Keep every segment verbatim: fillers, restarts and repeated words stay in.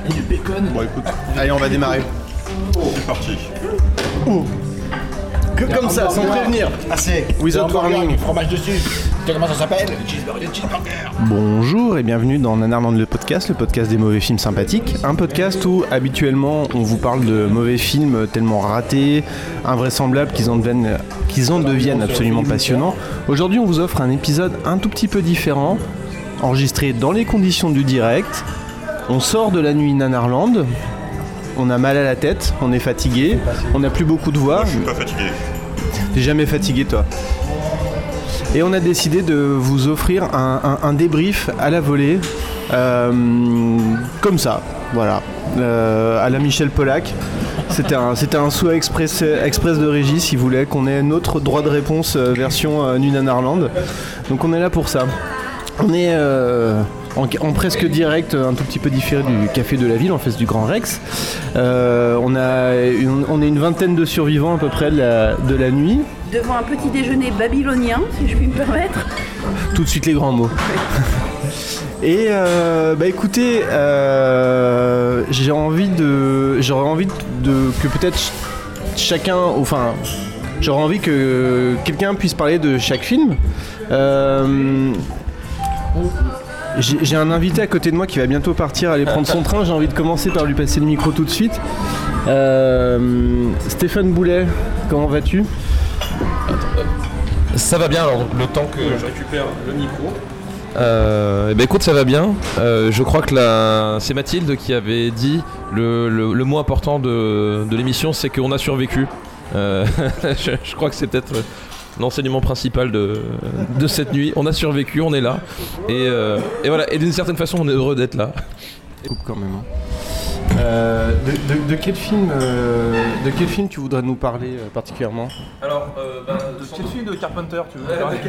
Et du bacon. Bon écoute, allez on va démarrer. C'est parti. Oh. Que comme ça, sans prévenir. Assez. Without warning. Du fromage dessus. Tu sais comment ça s'appelle? Le cheeseburger, le cheeseburger. Bonjour et bienvenue dans Nanarland le podcast, le podcast des mauvais films sympathiques. Un podcast où habituellement on vous parle de mauvais films tellement ratés, invraisemblables qu'ils en deviennent, qu'ils en deviennent absolument passionnants. Aujourd'hui on vous offre un épisode un tout petit peu différent, enregistré dans les conditions du direct. On sort de la nuit Nanarland. On a mal à la tête, on est fatigué, on n'a plus beaucoup de voix. Moi, je suis pas fatigué. T'es jamais fatigué toi. Et on a décidé de vous offrir un, un, un débrief à la volée, euh, comme ça, voilà, euh, à la Michel Polac. C'était un, c'était un souhait express, express de Régis, il voulait qu'on ait notre droit de réponse euh, version euh, Nuit Nanarland. Donc on est là pour ça. On est euh, en, en presque direct, un tout petit peu différé du Café de la Ville, en face du Grand Rex. Euh, on, a une, on est une vingtaine de survivants à peu près de la, de la nuit. Devant un petit déjeuner babylonien, si je puis me permettre. Tout de suite les grands mots. Et euh, bah écoutez, euh, j'ai envie de, j'aurais envie de que peut-être ch- chacun, enfin, j'aurais envie que quelqu'un puisse parler de chaque film. Euh, J'ai, j'ai un invité à côté de moi qui va bientôt partir aller prendre son train. J'ai envie de commencer par lui passer le micro tout de suite. Euh, Stéphane Boulet, comment vas-tu ? Ça va bien, alors le temps que je récupère le micro. Euh, bah écoute, ça va bien. Euh, je crois que la... c'est Mathilde qui avait dit le, le, le mot important de, de l'émission, c'est qu'on a survécu. Euh, je, je crois que c'est peut-être l'enseignement principal de, de cette nuit. On a survécu, on est là. Et, euh, et voilà, et d'une certaine façon, on est heureux d'être là. Coupe quand même. Euh, de, de, de quel film, euh, de quel film tu voudrais nous parler euh, particulièrement ? Alors, euh, bah, De quel film de Carpenter tu veux Ouais, parler?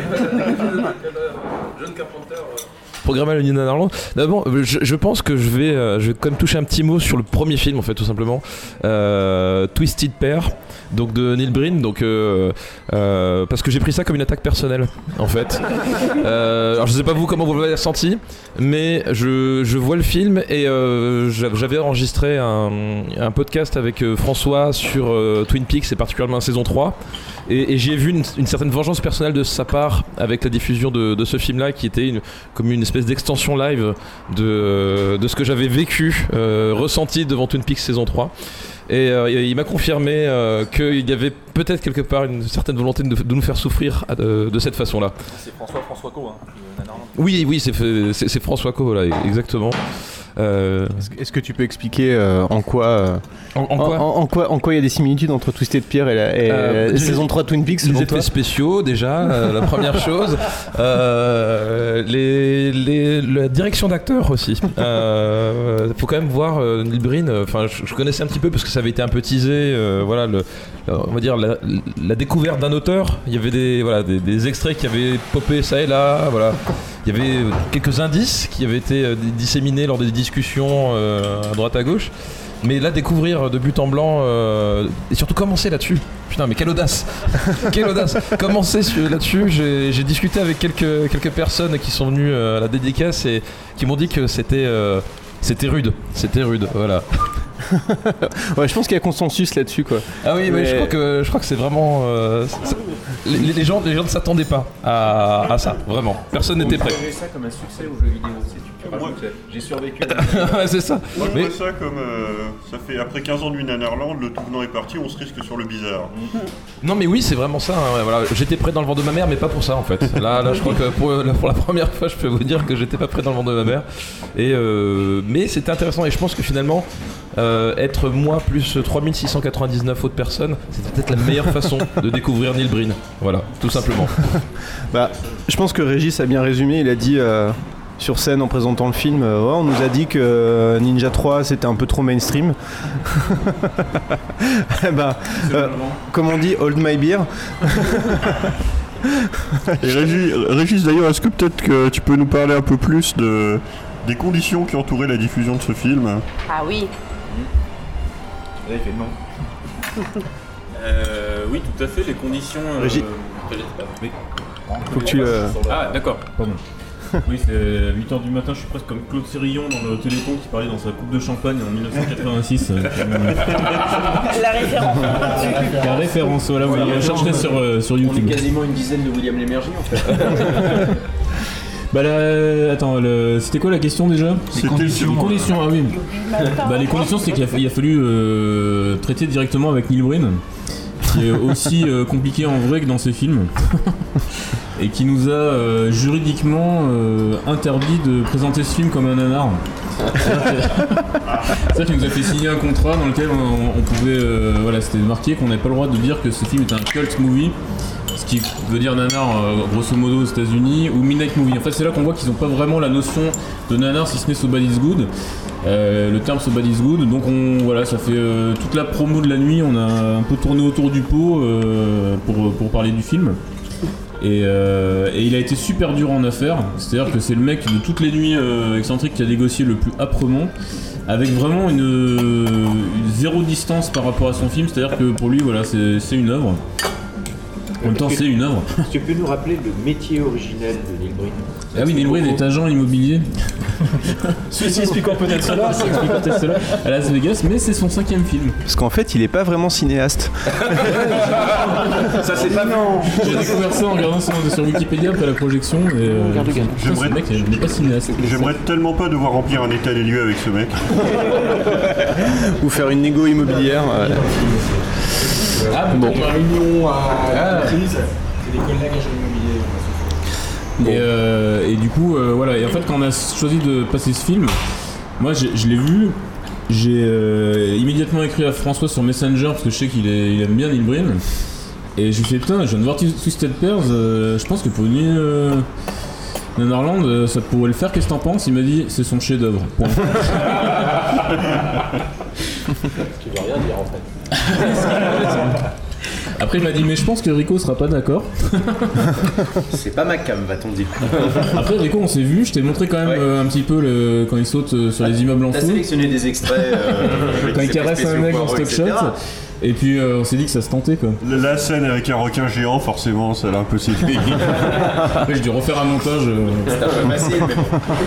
Jeune Carpenter. Programme à le Nuit Nanarland. D'abord, je, je pense que je vais, euh, je vais quand même toucher un petit mot sur le premier film en fait, tout simplement. Euh, Twisted Pair, donc de Neil Breen, donc euh, euh, parce que j'ai pris ça comme une attaque personnelle, en fait. Euh, alors je sais pas vous comment vous l'avez ressenti, mais je, je vois le film et euh, j'avais enregistré un, un podcast avec euh, François sur euh, Twin Peaks et particulièrement la saison trois. Et, et j'ai vu une, une certaine vengeance personnelle de sa part avec la diffusion de, de ce film-là, qui était une, comme une espèce d'extension live de, de ce que j'avais vécu, euh, ressenti devant Twin Peaks saison trois. Et euh, il m'a confirmé euh, qu'il y avait peut-être quelque part une certaine volonté de, de nous faire souffrir de, de cette façon-là. C'est François François Co, hein, de Nanarland. Oui, oui, c'est, c'est, c'est François Co, là, exactement. Euh... Est-ce, est-ce que tu peux expliquer euh, en quoi euh, en, en quoi en, en, en quoi en quoi il y a des similitudes entre Twisted Pair et la et, euh, euh, saison trois Twin Peaks selon Les toi ? effets spéciaux déjà, euh, la première chose. Euh, les, les, la direction d'acteur aussi. Euh, faut quand même voir euh, Neil Breen. Enfin, je, je connaissais un petit peu parce que ça avait été un peu teasé. Euh, voilà, le, on va dire la, la découverte d'un auteur. Il y avait des voilà des, des extraits qui avaient popé ça et là. Voilà. Il y avait quelques indices qui avaient été euh, disséminés lors des discussions euh, à droite à gauche. Mais là, découvrir de but en blanc, euh, et surtout commencer là-dessus. Putain, mais quelle audace. Quelle audace. Commencer sur, là-dessus, j'ai, j'ai discuté avec quelques, quelques personnes qui sont venues euh, à la dédicace et qui m'ont dit que c'était, euh, c'était rude. C'était rude, voilà. Ouais, je pense qu'il y a consensus là-dessus, quoi. Ah oui, mais, mais je crois que je crois que c'est vraiment euh, c'est, les, les gens les gens ne s'attendaient pas à, à ça, vraiment. Personne n'était prêt. Vous avez ça comme un succès aux jeux vidéo, tu sais, tu rajoutes, j'ai survécu. Ouais, c'est ça. Moi je Mais- vois ça comme euh, ça fait après quinze ans de Nuit Nanarland, le tout venant est parti, on se risque sur le bizarre. Non mais oui, c'est vraiment ça. Hein, ouais, voilà. J'étais prêt dans le ventre de ma mère, mais pas pour ça en fait. Là, là, je crois que pour, pour la première fois, je peux vous dire que j'étais pas prêt dans le ventre de ma mère. Et euh, mais c'était intéressant et je pense que finalement, euh, être moi plus trois mille six cent quatre-vingt-dix-neuf autres personnes, c'était peut-être la meilleure façon de découvrir Neil Breen. Voilà, tout simplement. Bah, je pense que Régis a bien résumé. Il a dit euh, sur scène en présentant le film, euh, ouais, on nous a dit que euh, Ninja trois c'était un peu trop mainstream. Bah, euh, comme on dit, hold my beer. Et Régis, Régis d'ailleurs, est-ce que peut-être que tu peux nous parler un peu plus de, des conditions qui entouraient la diffusion de ce film ? Ah oui. Là, il fait non. Euh, oui, tout à fait, les conditions... Euh, Régis. Oui. Faut que tu. Euh... Ah, d'accord. Pardon. Oui, c'est huit heures du matin, je suis presque comme Claude Sérillon dans le Téléthon qui parlait dans sa coupe de champagne en dix-neuf cent quatre-vingt-six. La référence. La référence, voilà, vous la chercherez sur, euh, sur YouTube. On est quasiment une dizaine de William Lémergie en fait. Bah là, attends, le... c'était quoi la question déjà? C'était Les conditions, ah oui. Bah les conditions, c'est qu'il a, il a fallu euh, traiter directement avec Neil Breen, qui est aussi euh, compliqué en vrai que dans ses films, et qui nous a euh, juridiquement euh, interdit de présenter ce film comme un nanar. C'est-à-dire qu'il nous a fait signer un contrat dans lequel on, on pouvait, euh, voilà, c'était marqué qu'on n'avait pas le droit de dire que ce film était un cult movie. Ce qui veut dire nanar euh, grosso modo aux États-Unis, ou midnight movie. En fait, c'est là qu'on voit qu'ils n'ont pas vraiment la notion de nanar si ce n'est So Bad Is Good. Euh, le terme So Bad Is Good. Donc on, voilà, ça fait euh, toute la promo de la nuit, on a un peu tourné autour du pot euh, pour, pour parler du film. Et, euh, et il a été super dur en affaires. C'est-à-dire que c'est le mec de toutes les nuits euh, excentriques qui a négocié le plus âprement, avec vraiment une, une zéro distance par rapport à son film. C'est-à-dire que pour lui, voilà, c'est, c'est une œuvre. En même temps, c'est une œuvre. Tu peux nous rappeler le métier originel de Neil Breen? Ah oui, Neil Breen est agent immobilier. Ceci expliquant peut-être cela. Ça explique peut-être cela à Las Vegas, mais c'est son cinquième film. Parce qu'en fait, il est pas vraiment cinéaste. Ça c'est pas non. J'ai découvert ça en regardant sur, sur Wikipédia après la projection. Et euh, J'aimerais- ce mec n'est pas cinéaste. J'aimerais tellement pas devoir remplir un état des lieux avec ce mec. Ou faire une négo immobilière. euh, Ah bon. Réunion à Ah. l'entreprise, c'est des collègues agents immobiliers. Et, euh, et du coup, euh, voilà. Et en fait, quand on a choisi de passer ce film, moi je, je l'ai vu. J'ai euh, immédiatement écrit à François sur Messenger parce que je sais qu'il est, il aime bien Neil Breen. Et je lui ai fait putain, je viens de voir Twisted Pairs. euh, je pense que pour une nuit euh, Nanarland, euh, ça pourrait le faire. Qu'est-ce que t'en penses? Il m'a dit c'est son chef-d'œuvre. Point. Tu veux rien dire en fait. Après il m'a dit mais je pense que Rico sera pas d'accord. C'est pas ma cam, va-t-on dire. Après Rico on s'est vu, je t'ai montré quand même Ouais. euh, un petit peu le, quand il saute euh, sur les immeubles en T'as feu, sélectionné des extraits. Euh, avec quand il des caresse effets un mec en spéciaux stock poireux, shot. Et puis euh, on s'est dit que ça se tentait quoi. La scène avec un requin géant, forcément, ça l'a un peu séduit. Après j'ai dû refaire un montage. euh. C'est un peu facile, mais bon.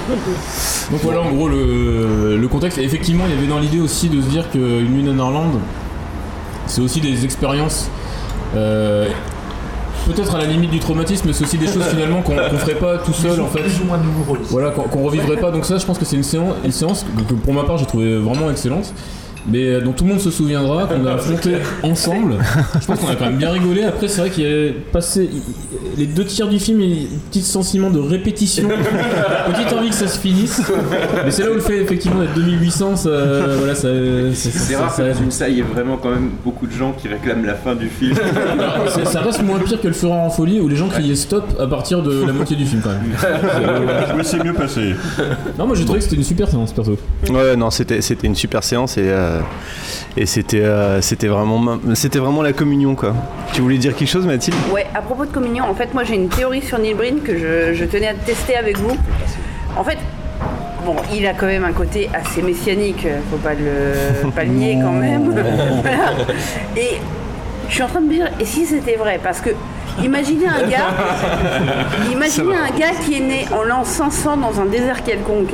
Donc voilà en gros le, le contexte. Et effectivement il y avait dans l'idée aussi de se dire qu'une nuit Nanarland, c'est aussi des expériences. Euh, peut-être à la limite du traumatisme, mais c'est aussi des choses finalement qu'on, qu'on ferait pas tout seul en fait. Plus ou moins douloureux. Voilà, qu'on, qu'on revivrait pas. Donc ça, je pense que c'est une séance, une séance que pour ma part j'ai trouvé vraiment excellente. Mais dont tout le monde se souviendra, qu'on a affronté ensemble. Je pense qu'on a quand même bien rigolé. Après, c'est vrai qu'il y a passé les deux tiers du film, il y a un petit sentiment de répétition, petite envie que ça se finisse. Mais c'est là où le fait effectivement d'être deux mille huit cents, ça, voilà, ça, C'est, ça, c'est ça- rare ça que aide. dans une salle, il y ait vraiment quand même beaucoup de gens qui réclament la fin du film. C'est- ça reste moins pire que le Fureur en folie où les gens criaient stop à partir de la moitié du film quand même. Mais c'est mieux passé. Non, moi j'ai trouvé que c'était une super séance perso. Ouais, non, c'était c'était une super séance et euh, et c'était euh, c'était vraiment ma- c'était vraiment la communion quoi. Tu voulais dire quelque chose, Mathilde? Ouais, à propos de communion, en fait, moi j'ai une théorie sur Neil Breen que je, je tenais à tester avec vous. En fait, bon, il a quand même un côté assez messianique, faut pas le, pas le nier quand même. Voilà. Et je suis en train de me dire, et si c'était vrai? Parce que imaginez un gars, imaginez un gars qui est né en l'an cinq cents dans un désert quelconque,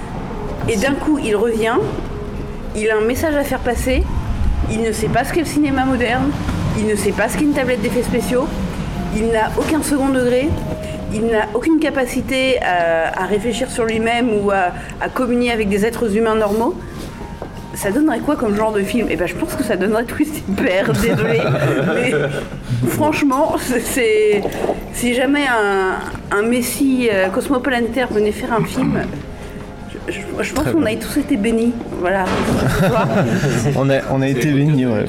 et d'un coup il revient, il a un message à faire passer, il ne sait pas ce qu'est le cinéma moderne, il ne sait pas ce qu'est une tablette d'effets spéciaux, il n'a aucun second degré, il n'a aucune capacité à, à réfléchir sur lui-même ou à, à communier avec des êtres humains normaux. Ça donnerait quoi comme genre de film? Eh ben, je pense que ça donnerait Twisted Pair, désolé. Mais franchement, c'est, c'est- si jamais un, un messie euh, cosmoplanétaire venait faire un film, je, je- je pense qu'on a tous été bénis. Voilà. ce soir. On a on a été bénis, ouais.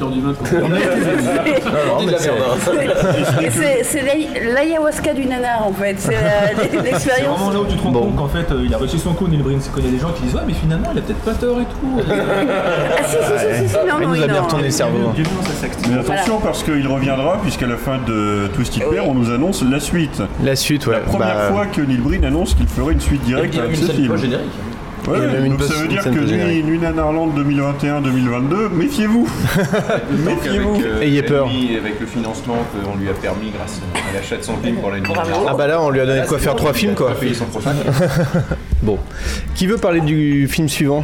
Et c'est, c'est l'ay- l'ayahuasca du nanar en fait. C'est la- C'est l'expérience. vraiment là où tu te rends Bon. compte qu'en fait euh, il a réussi son coup, Neil Breen. C'est quand il y a des gens qui disent ouais mais finalement il a peut-être pas tort et tout. Ah si, si, si, si, si, non, Il non, nous a bien non. retourné le cerveau. Bienvenue dans sa secte. Mais attention parce qu'il reviendra, puisqu'à la fin de Twisted Pair, on nous annonce la suite. La suite, ouais. La première bah, fois que Neil Breen annonce qu'il ferait une suite directe Il y a avec une ce scène film. pas générique. Ouais, Il y a même une donc ça post- veut dire une scène que post-générique. Nuit Nanarland deux mille vingt et un deux mille vingt-deux, méfiez-vous. Méfiez-vous. Avec, euh, Ayez peur. Ennemi, avec le financement qu'on lui a permis grâce à l'achat de son film pour l'année dernière. Ah bah là, on lui a donné de quoi faire trois films, quoi. On va payer son prochain. Bon. Qui veut parler du film suivant?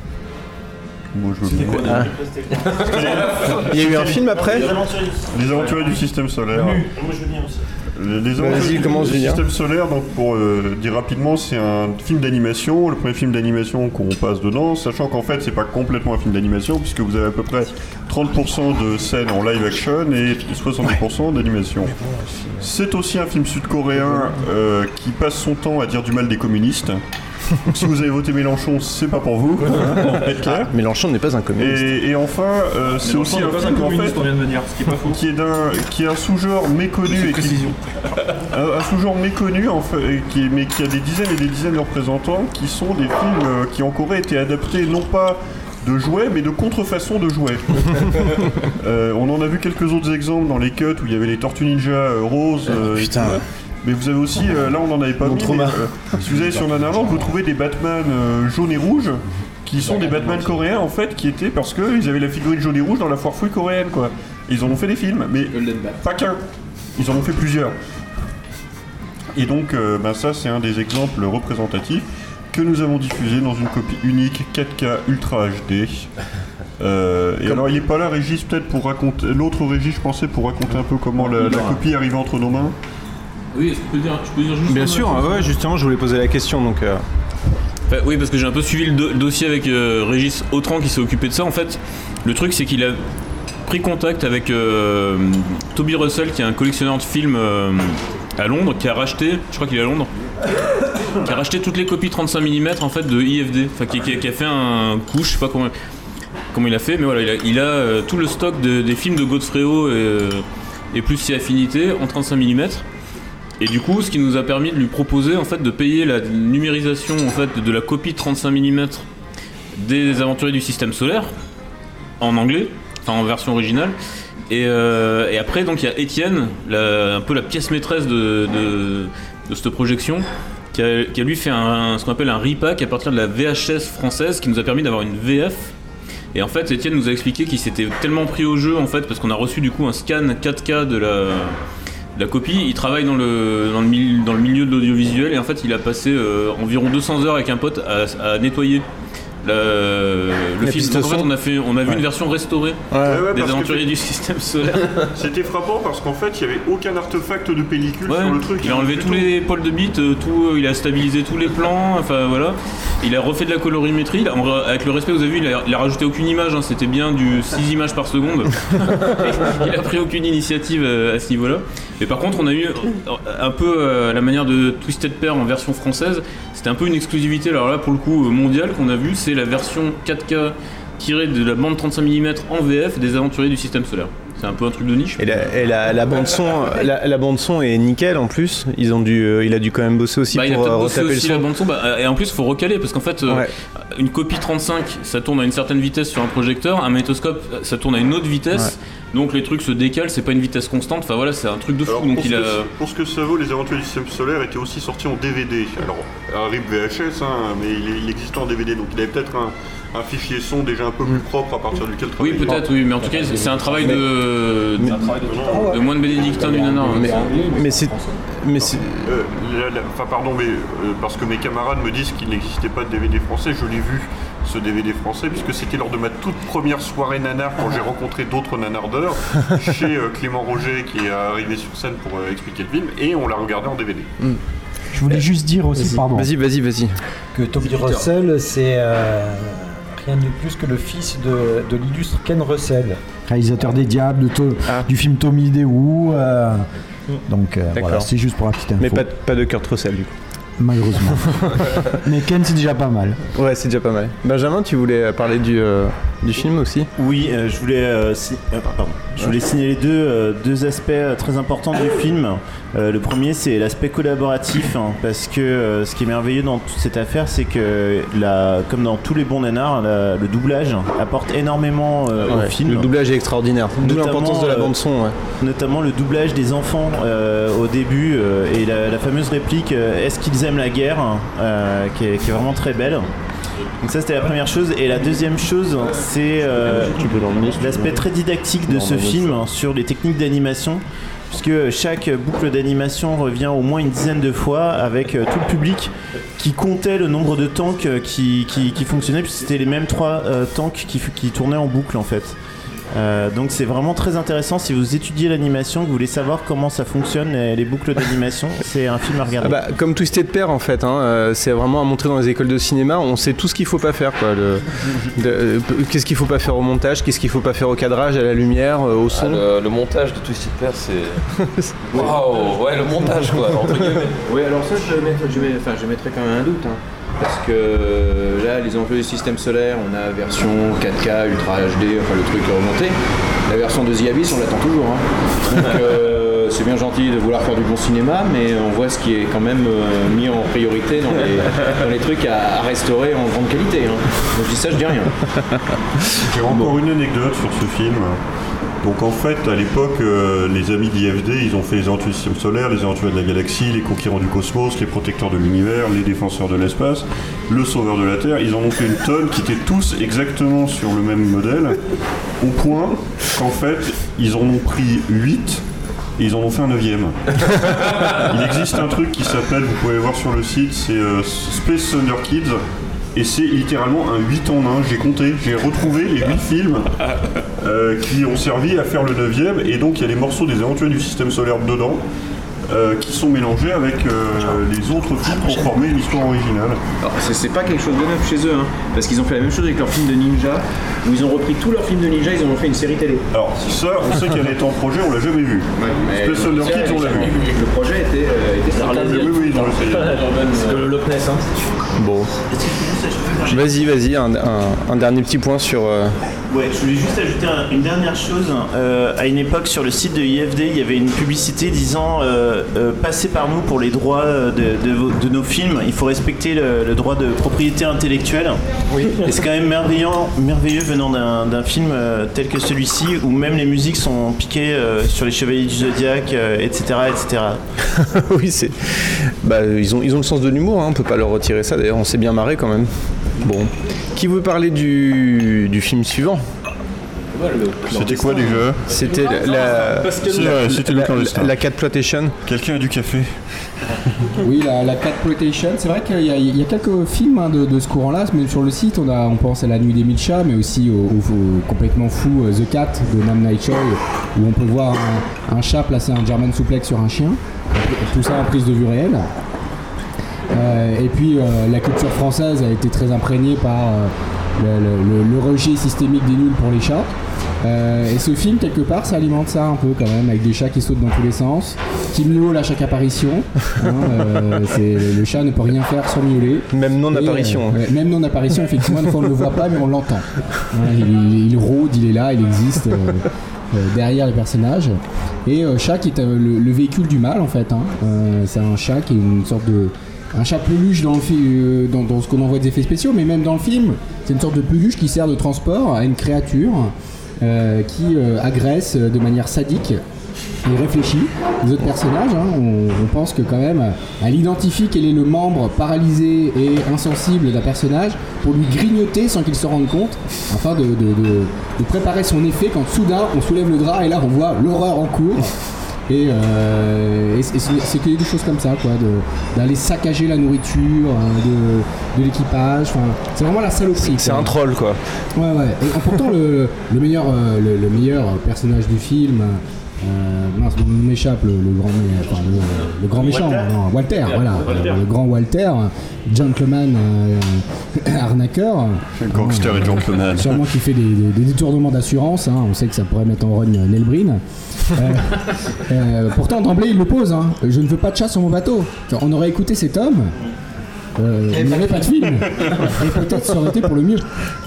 Moi, je veux bien. Ah. Il y a eu un film après? Les aventuriers du système solaire. Moi je veux bien aussi. Les Vas-y, aventuriers du commence, Julien. système solaire, donc pour euh, dire rapidement, c'est un film d'animation, le premier film d'animation qu'on passe dedans, sachant qu'en fait c'est pas complètement un film d'animation puisque vous avez à peu près trente pour cent de scènes en live action et soixante-dix pour cent d'animation. C'est aussi un film sud-coréen euh, qui passe son temps à dire du mal des communistes. Donc, si vous avez voté Mélenchon, c'est pas pour vous. Hein, pour être clair. Mélenchon n'est pas un communiste. Et, et enfin, euh, c'est aussi un pas un film en communiste, fait, on vient de me dire, ce qui est pas faux. qui est d'un, qui est un sous-genre méconnu et qui, Précision. un, un sous-genre méconnu en fait, et qui est- mais qui a des dizaines et des dizaines de représentants, qui sont des films euh, qui en Corée étaient adaptés non pas de jouets, mais de contrefaçons de jouets. Euh, on en a vu quelques autres exemples dans les cuts où il y avait les Tortues Ninja euh, roses. euh, et putain. tout. Mais vous avez aussi, euh, là on n'en avait pas Mon mis, trauma. mais, euh, si vous allez sur Nanarland, vous trouvez des Batman euh, jaunes et rouges, qui sont des Batman coréens en fait, qui étaient parce qu'ils avaient la figurine jaune et rouge dans la foire fouille coréenne quoi. Ils en ont fait des films, mais pas qu'un. Ils en ont fait plusieurs. Et donc, euh, ben ça c'est un des exemples représentatifs que nous avons diffusé dans une copie unique quatre K Ultra H D. Euh, et alors il est pas là Régis peut-être pour raconter, l'autre Régis je pensais pour raconter un peu comment la, la copie est arrivée entre nos mains. Oui, est-ce que je peux dire, je peux dire juste Bien un sûr, mot ah ouais, justement, je voulais poser la question, donc... euh, Enfin, oui, parce que j'ai un peu suivi le, do- le dossier avec euh, Régis Autran qui s'est occupé de ça. En fait, le truc, c'est qu'il a pris contact avec euh, Toby Russell, qui est un collectionneur de films euh, à Londres, qui a racheté, je crois qu'il est à Londres, qui a racheté toutes les copies trente-cinq millimètres en fait de I F D. Enfin, qui, qui a- qui a fait un coup, je sais pas comment, comment il a fait, mais voilà, il a, il a euh, tout le stock de- des films de Godfredo et, euh, et plus si affinité en trente-cinq millimètres. Et du coup, ce qui nous a permis de lui proposer en fait de payer la numérisation en fait de la copie trente-cinq millimètres des Aventuriers du Système Solaire en anglais, enfin en version originale. Et, euh, et après, donc il y a Étienne, la- un peu la pièce maîtresse de, de, de cette projection, qui a, qui a lui fait un, ce qu'on appelle un repack à partir de la V H S française, qui nous a permis d'avoir une V F. Et en fait, Étienne nous a expliqué qu'il s'était tellement pris au jeu en fait, parce qu'on a reçu du coup un scan quatre K de la la copie. Il travaille dans le, dans le, milieu, dans le milieu de l'audiovisuel et en fait il a passé euh, environ deux cents heures avec un pote à, à nettoyer la- le La film. piste Donc, en fait son. on a, fait, on a vu Ouais. une version restaurée Ouais, ouais, des parce que Aventuriers du Système Solaire. c'était frappant parce qu'en fait il n'y avait aucun artefact de pellicule Ouais, sur le truc. il a enlevé tous les pôles de bits, euh, tout, euh, il a stabilisé tous les plans, enfin voilà. Il a refait de la colorimétrie, il a- en ra- avec le respect vous avez vu, il a, il a rajouté aucune image, hein, c'était bien du six images par seconde. Il a pris aucune initiative euh, à ce niveau-là. Mais par contre on a eu euh, un peu euh, la manière de Twisted Pair en version française, c'était un peu une exclusivité, alors là pour le coup euh, mondiale qu'on a vu, c'est la version quatre K tirée de la bande trente-cinq millimètres en V F des Aventuriers du Système Solaire. C'est un peu un truc de niche. Et la, et la, la bande son, la, la bande son est nickel en plus. Ils ont dû, euh, il a dû quand même bosser aussi Bah, il a pour peut-être euh, bossé retaper le aussi la son. bande son, bah, et en plus il faut recaler parce qu'en fait euh, Ouais. une copie trente-cinq ça tourne à une certaine vitesse sur un projecteur, un magnétoscope ça tourne à une autre vitesse, donc les trucs se décalent, c'est pas une vitesse constante, enfin voilà c'est un truc de fou. Alors, Donc pour, il ce a... que, pour ce que ça vaut, les Aventuriers du Système Solaire étaient aussi sortis en D V D. Alors, un R I P V H S, hein, mais il, est- il existait en D V D, donc il avait peut-être un, un fichier son déjà un peu plus propre à partir duquel Oui travailler. peut-être oui, mais en tout cas c'est un travail de, de, de moine bénédictin du nanar. Mais, mais c'est, mais c'est, Euh, la- la- Enfin, pardon, mais euh, parce que mes camarades me disent qu'il n'existait pas de D V D français, je l'ai vu ce D V D français, puisque c'était lors de ma toute première soirée nanar quand j'ai rencontré d'autres nanardeurs chez euh, Clément Roger qui est arrivé sur scène pour euh, expliquer le film, et on l'a regardé en D V D. Je voulais juste dire aussi, vas-y, pardon, vas-y, vas-y, vas-y. que Toby Russell, c'est euh, rien de plus que le fils de, de l'illustre Ken Russell, réalisateur des Diables, de To- Ah. du film Tommy Dehou. euh, donc euh, D'accord. voilà, c'est juste pour la petite info. Mais pas, de- pas de Kurt Russell du coup. Malheureusement. Mais Ken, c'est déjà pas mal. Ouais, c'est déjà pas mal. Benjamin, tu voulais parler du, euh, du film aussi? Oui, euh, je voulais, euh, si- euh, pardon. Je voulais signaler deux, euh, deux aspects euh, très importants du film. Euh, le premier, c'est l'aspect collaboratif, hein, parce que euh, ce qui est merveilleux dans toute cette affaire, c'est que, la, comme dans tous les bons nanars, la- le doublage apporte énormément euh, Ouais, au film. le doublage est extraordinaire. D'où Notamment, l'importance de la euh, bande son. Ouais. Notamment le doublage des enfants euh, au début euh, et la, la fameuse réplique euh, est-ce qu'ils aiment la guerre, euh, qui, est, qui est vraiment très belle. Donc ça c'était la première chose. Et la deuxième chose, c'est euh, l'aspect très didactique de ce film sur les techniques d'animation. Puisque chaque boucle d'animation revient au moins une dizaine de fois avec euh, tout le public qui comptait le nombre de tanks euh, qui, qui, qui fonctionnaient, puisque c'était les mêmes trois euh, tanks qui, qui tournaient en boucle en fait. Euh, donc c'est vraiment très intéressant si vous étudiez l'animation, que vous voulez savoir comment ça fonctionne les, les boucles d'animation, c'est un film à regarder. Ah bah, comme Twisted Pair en fait, hein, euh, c'est vraiment à montrer dans les écoles de cinéma, on sait tout ce qu'il faut pas faire quoi. Le, de, euh, qu'est-ce qu'il faut pas faire au montage, qu'est-ce qu'il faut pas faire au cadrage, à la lumière, euh, au son. Ah, le, le montage de Twisted Pair c'est... Waouh, ouais le montage quoi, entre guillemets. Oui alors ça je, mets, je, mets, enfin, je mettrais quand même un doute. Hein. Parce que là, les enjeux du système solaire, on a version quatre K, Ultra H D, enfin le truc remonté. La version de The Abyss, on l'attend toujours. Hein. Donc euh, c'est bien gentil de vouloir faire du bon cinéma, mais on voit ce qui est quand même euh, mis en priorité dans les, dans les trucs à, à restaurer en grande qualité. Hein. Donc je dis ça, je dis rien. J'ai encore une anecdote sur ce film. Donc en fait, à l'époque, euh, les amis d'I F D, ils ont fait les aventures du système solaire, les aventures de la galaxie, les conquérants du cosmos, les protecteurs de l'univers, les défenseurs de l'espace, le sauveur de la Terre. Ils en ont fait une tonne qui étaient tous exactement sur le même modèle, au point qu'en fait, ils en ont pris huit et ils en ont fait un neuvième. Il existe un truc qui s'appelle, vous pouvez voir sur le site, c'est euh, Space Thunder Kids. Et c'est littéralement un huit en un, j'ai compté, j'ai retrouvé les huit films euh, qui ont servi à faire le neuvième, et donc il y a les morceaux des aventures du système solaire dedans, euh, qui sont mélangés avec euh, les autres films pour former une histoire originale. Alors c'est, c'est pas quelque chose de neuf chez eux, hein, parce qu'ils ont fait la même chose avec leurs films de ninja, où ils ont repris tous leurs films de ninja, ils en ont fait une série télé. Alors ça, on sait qu'elle est en projet, on l'a jamais vu. Ouais, Space Thunder Kids, on l'a vu. Le projet était... Euh, était oui, oui, ils ont fait. Le Loch Ness, hein. Bon. Vas-y, vas-y, un, un, un dernier petit point sur... Euh... Ouais, je voulais juste ajouter un, une dernière chose. Euh, à une époque, sur le site de I F D, il y avait une publicité disant euh, euh, passez par nous pour les droits de, de, vos, de nos films. Il faut respecter le, le droit de propriété intellectuelle. Oui. Et c'est quand même merveilleux, merveilleux venant d'un, d'un film euh, tel que celui-ci, où même les musiques sont piquées euh, sur les Chevaliers du Zodiac, euh, et cetera, et cetera. Oui, c'est. Bah, ils ont, ils ont le sens de l'humour. Hein, on peut pas leur retirer ça. D'ailleurs, on s'est bien marré quand même. Bon, qui veut parler du, du film suivant ? C'était quoi déjà ? C'était la, la, c'est, euh, c'était la, la, la Catploitation. Quelqu'un a du café ? Oui, la, la Catploitation. C'est vrai qu'il y a, il y a quelques films hein, de, de ce courant-là, mais sur le site, on, a, on pense à La Nuit des Mille Chats, mais aussi au, au, au complètement fou uh, The Cat de Nam Nai Choi, où on peut voir un, un chat placer un German suplex sur un chien. Tout ça en prise de vue réelle. Euh, et puis euh, la culture française a été très imprégnée par euh, le, le, le rejet systémique des nuls pour les chats. Euh, et ce film, quelque part, ça alimente ça un peu quand même, avec des chats qui sautent dans tous les sens, qui miaulent à chaque apparition. Hein, euh, c'est, le chat ne peut rien faire sans miauler. Même non-apparition. Euh, ouais, même non-apparition, effectivement, des fois on ne le voit pas, mais on l'entend. Hein, il, il rôde, il est là, il existe. Euh, Euh, derrière les personnages, et euh, chat qui est euh, le, le véhicule du mal en fait, hein. euh, c'est un chat qui est une sorte de un chat peluche dans, le fi- euh, dans, dans ce qu'on envoie des effets spéciaux, mais même dans le film c'est une sorte de peluche qui sert de transport à une créature euh, qui euh, agresse de manière sadique et réfléchit les autres personnages. Hein. On, on pense que quand même elle identifie quel est le membre paralysé et insensible d'un personnage pour lui grignoter sans qu'il se rende compte, afin de, de, de, de préparer son effet quand soudain on soulève le drap et là on voit l'horreur en cours. Et, euh, et c'est, c'est que des choses comme ça, quoi, de, d'aller saccager la nourriture de, de l'équipage. Enfin, c'est vraiment la saloperie. C'est quoi. Un troll, quoi. Ouais, ouais. Et pourtant, le, le, meilleur, le, le meilleur personnage du film. Euh, mince, bon, m'échappe le, le grand, enfin, le, le grand méchant, Walter, non, Walter voilà, Walter. Le, le grand Walter, gentleman euh, arnaqueur, gangster et gentleman, sûrement qui fait des, des, des détournements d'assurance. Hein, on sait que ça pourrait mettre en rogne Nelbrine. Euh, euh, pourtant d'emblée il le pose. Hein, je ne veux pas de chat sur mon bateau. On aurait écouté cet homme. Euh, il n'y avait pas de film. Et peut-être ça aurait été pour le mieux.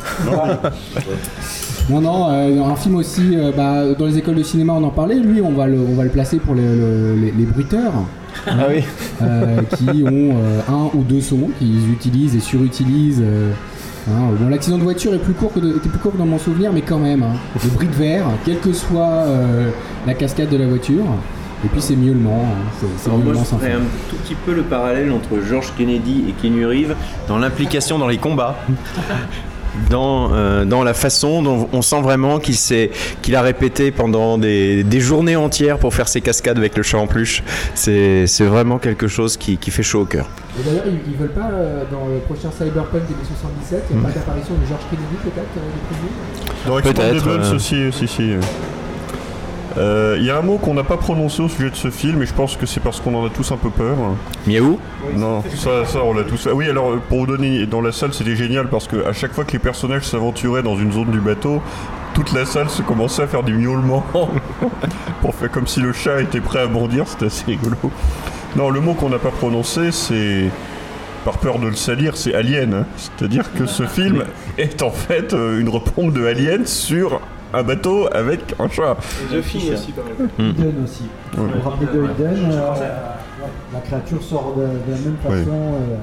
Non, non, euh, un film aussi, euh, bah, dans les écoles de cinéma on en parlait, lui on va le, on va le placer pour les, le, les, les bruiteurs, ah oui. euh, qui ont euh, un ou deux sons qu'ils utilisent et surutilisent. Euh, hein. Bon, l'accident de voiture est plus court que de, était plus court que dans mon souvenir, mais quand même, hein, le bruit de verre, quelle que soit euh, la cascade de la voiture. Et puis c'est miaulement, hein. c'est, c'est Alors moi miaulement je sans ferais fin. un tout petit peu le parallèle entre George Kennedy et Keanu Reeves dans l'implication dans les combats. Dans, euh, dans la façon dont on sent vraiment qu'il, s'est, qu'il a répété pendant des, des journées entières pour faire ses cascades avec le chat en peluche. C'est, c'est vraiment quelque chose qui, qui fait chaud au cœur. Et d'ailleurs, ils, ils veulent pas, euh, dans le prochain Cyberpunk de soixante-dix-sept, il n'y a Mm. pas d'apparition de George Kennedy peut-être euh, de prévu Dans Peut-être, Expandables euh. aussi, si, si. Euh, Il y a un mot qu'on n'a pas prononcé au sujet de ce film, et je pense que c'est parce qu'on en a tous un peu peur. Miaou ? Non, ça, ça on l'a tous. Ah oui, alors pour vous donner, dans la salle c'était génial parce que à chaque fois que les personnages s'aventuraient dans une zone du bateau, toute la salle se commençait à faire des miaulements pour faire comme si le chat était prêt à bondir. C'était assez rigolo. Non, le mot qu'on n'a pas prononcé, c'est, par peur de le salir, c'est Alien. Hein. C'est-à-dire que ce film est en fait euh, une repompe de Alien sur un bateau avec un chat. Et The Thing aussi, pas mal. Eden aussi. Ouais. Vous vous rappelez de Eden euh, la créature sort de, de la même façon. Ouais. euh,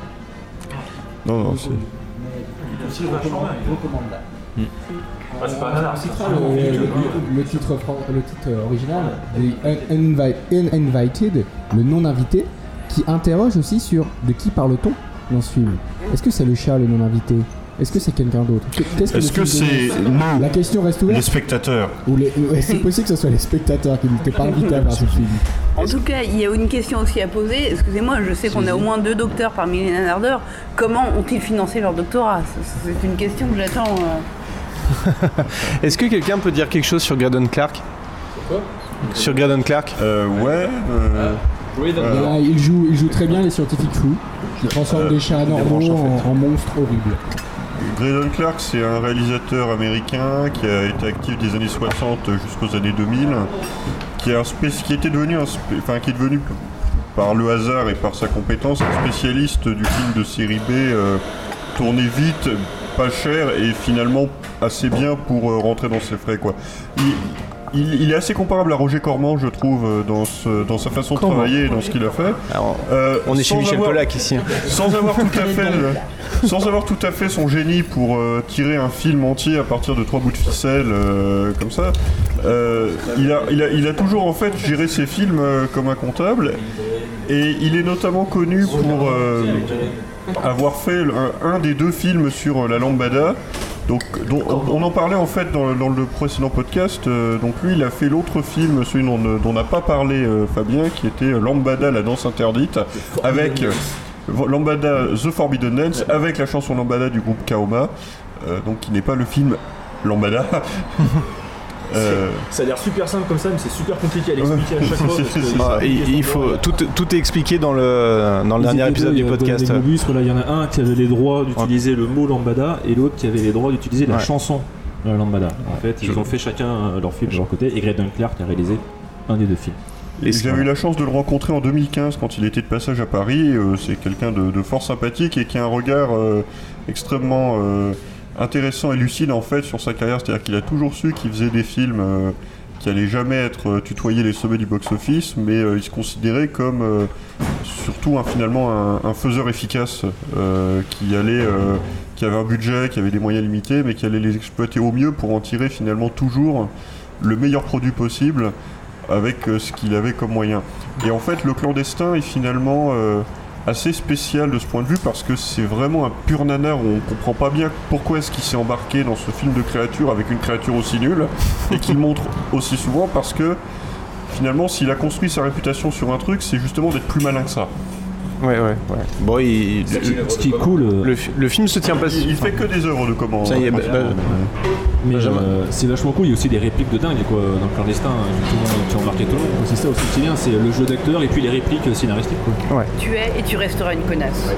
Non, non, c'est. mais aussi recommande, recommande là. Ah, c'est pas un nanar, On c'est citera vraiment le, quelque le- chose. le titre, fran- le titre original, The Uninvi- Uninvited, le non-invité, qui interroge aussi sur de qui parle-t-on dans ce film. Est-ce que c'est le chat le non-invité ? Est-ce que c'est quelqu'un d'autre ? Qu'est-ce Est-ce le que film c'est dénonce ? nous, La question reste les ouverte. spectateurs? Ou les- ouais, c'est possible que ce soit les spectateurs qui n'étaient pas invités à voir ce film. En tout cas, il y a une question aussi à poser. Excusez-moi, je sais qu'on a au moins deux docteurs parmi les nanardeurs. Comment ont-ils financé leur doctorat ? C'est c'est une question que j'attends. euh. Est-ce que quelqu'un peut dire quelque chose sur Graydon Clark ? Quoi ? Sur Graydon Clark ? Euh, ouais. euh, Oui, dans Euh, Là, il, joue, il joue très bien les scientifiques fous, qui transforment Euh, des chats normaux débranche, en en, fait. en monstres horribles. Graydon Clark, c'est un réalisateur américain qui a été actif des années soixante jusqu'aux années deux mille, qui, est un spé- qui était devenu, un spé- enfin, qui est devenu par le hasard et par sa compétence un spécialiste du film de série B, euh, tourné vite, pas cher et finalement assez bien pour euh, rentrer dans ses frais, quoi. Il, il- il est assez comparable à Roger Corman, je trouve, euh, dans, ce- dans sa façon de Comment travailler et dans ce qu'il a fait. Alors, Euh, on est chez sans Michel avoir- Pollack ici. Sans avoir tout à fait, le- sans avoir tout à fait son génie pour euh, tirer un film entier à partir de trois bouts de ficelle euh, comme ça, euh, il, a, il, a, il a toujours en fait géré ses films euh, comme un comptable, et il est notamment connu pour euh, avoir fait un, un des deux films sur euh, la lambada. Donc, dont- on en parlait en fait dans, dans le précédent podcast. euh, donc lui, il a fait l'autre film, celui dont on- dont n'a pas parlé euh, Fabien, qui était euh, Lambada, la danse interdite, avec euh, Lambada, The Forbidden Dance, avec la chanson Lambada du groupe Kaoma, euh, donc qui n'est pas le film Lambada. Euh, Ça a l'air super simple comme ça, mais c'est super compliqué à l'expliquer à chaque fois. parce que C'est ça- Ah, il, il faut tout, tout est expliqué dans le dans le Ils dernier étaient épisode deux, du il y a podcast. Golden Globus, voilà, il y en a un qui avait les droits d'utiliser le mot lambada et l'autre qui avait les droits d'utiliser la Ouais. chanson de la lambada. En fait, ils ont fait chacun euh, leur film de leur côté et Graydon Clark a réalisé un des deux films. J'avais eu la chance de le rencontrer en deux mille quinze quand il était de passage à Paris. Euh, c'est quelqu'un de, de fort sympathique et qui a un regard euh, extrêmement euh, intéressant et lucide en fait sur sa carrière. C'est-à-dire qu'il a toujours su qu'il faisait des films euh, qui allaient jamais être euh, tutoyer les sommets du box-office, mais euh, il se considérait comme euh, surtout un, finalement un, un faiseur efficace euh, qui allait, euh, qui avait un budget, qui avait des moyens limités, mais qui allait les exploiter au mieux pour en tirer finalement toujours le meilleur produit possible avec euh, ce qu'il avait comme moyen. Et en fait, Le Clandestin est finalement euh, assez spécial de ce point de vue parce que c'est vraiment un pur nanar où on comprend pas bien pourquoi est-ce qu'il s'est embarqué dans ce film de créature avec une créature aussi nulle et qu'il montre aussi souvent parce que finalement, s'il a construit sa réputation sur un truc, c'est justement d'être plus malin que ça. Ouais, ouais, ouais. Bon, il, Ce qui est cool, euh, le, le film se tient pas. Il, il fait que des œuvres de comment. Ça y est, bah, bah, mais Benjamin. euh, c'est vachement cool. Il y a aussi des répliques de dingue quoi, dans le clandestin hein, qui ont- qui ont marqué tout le monde. Donc c'est ça aussi qui est bien, c'est le jeu d'acteur et puis les répliques euh, scénaristiques. Quoi. Tu es et tu resteras une connasse.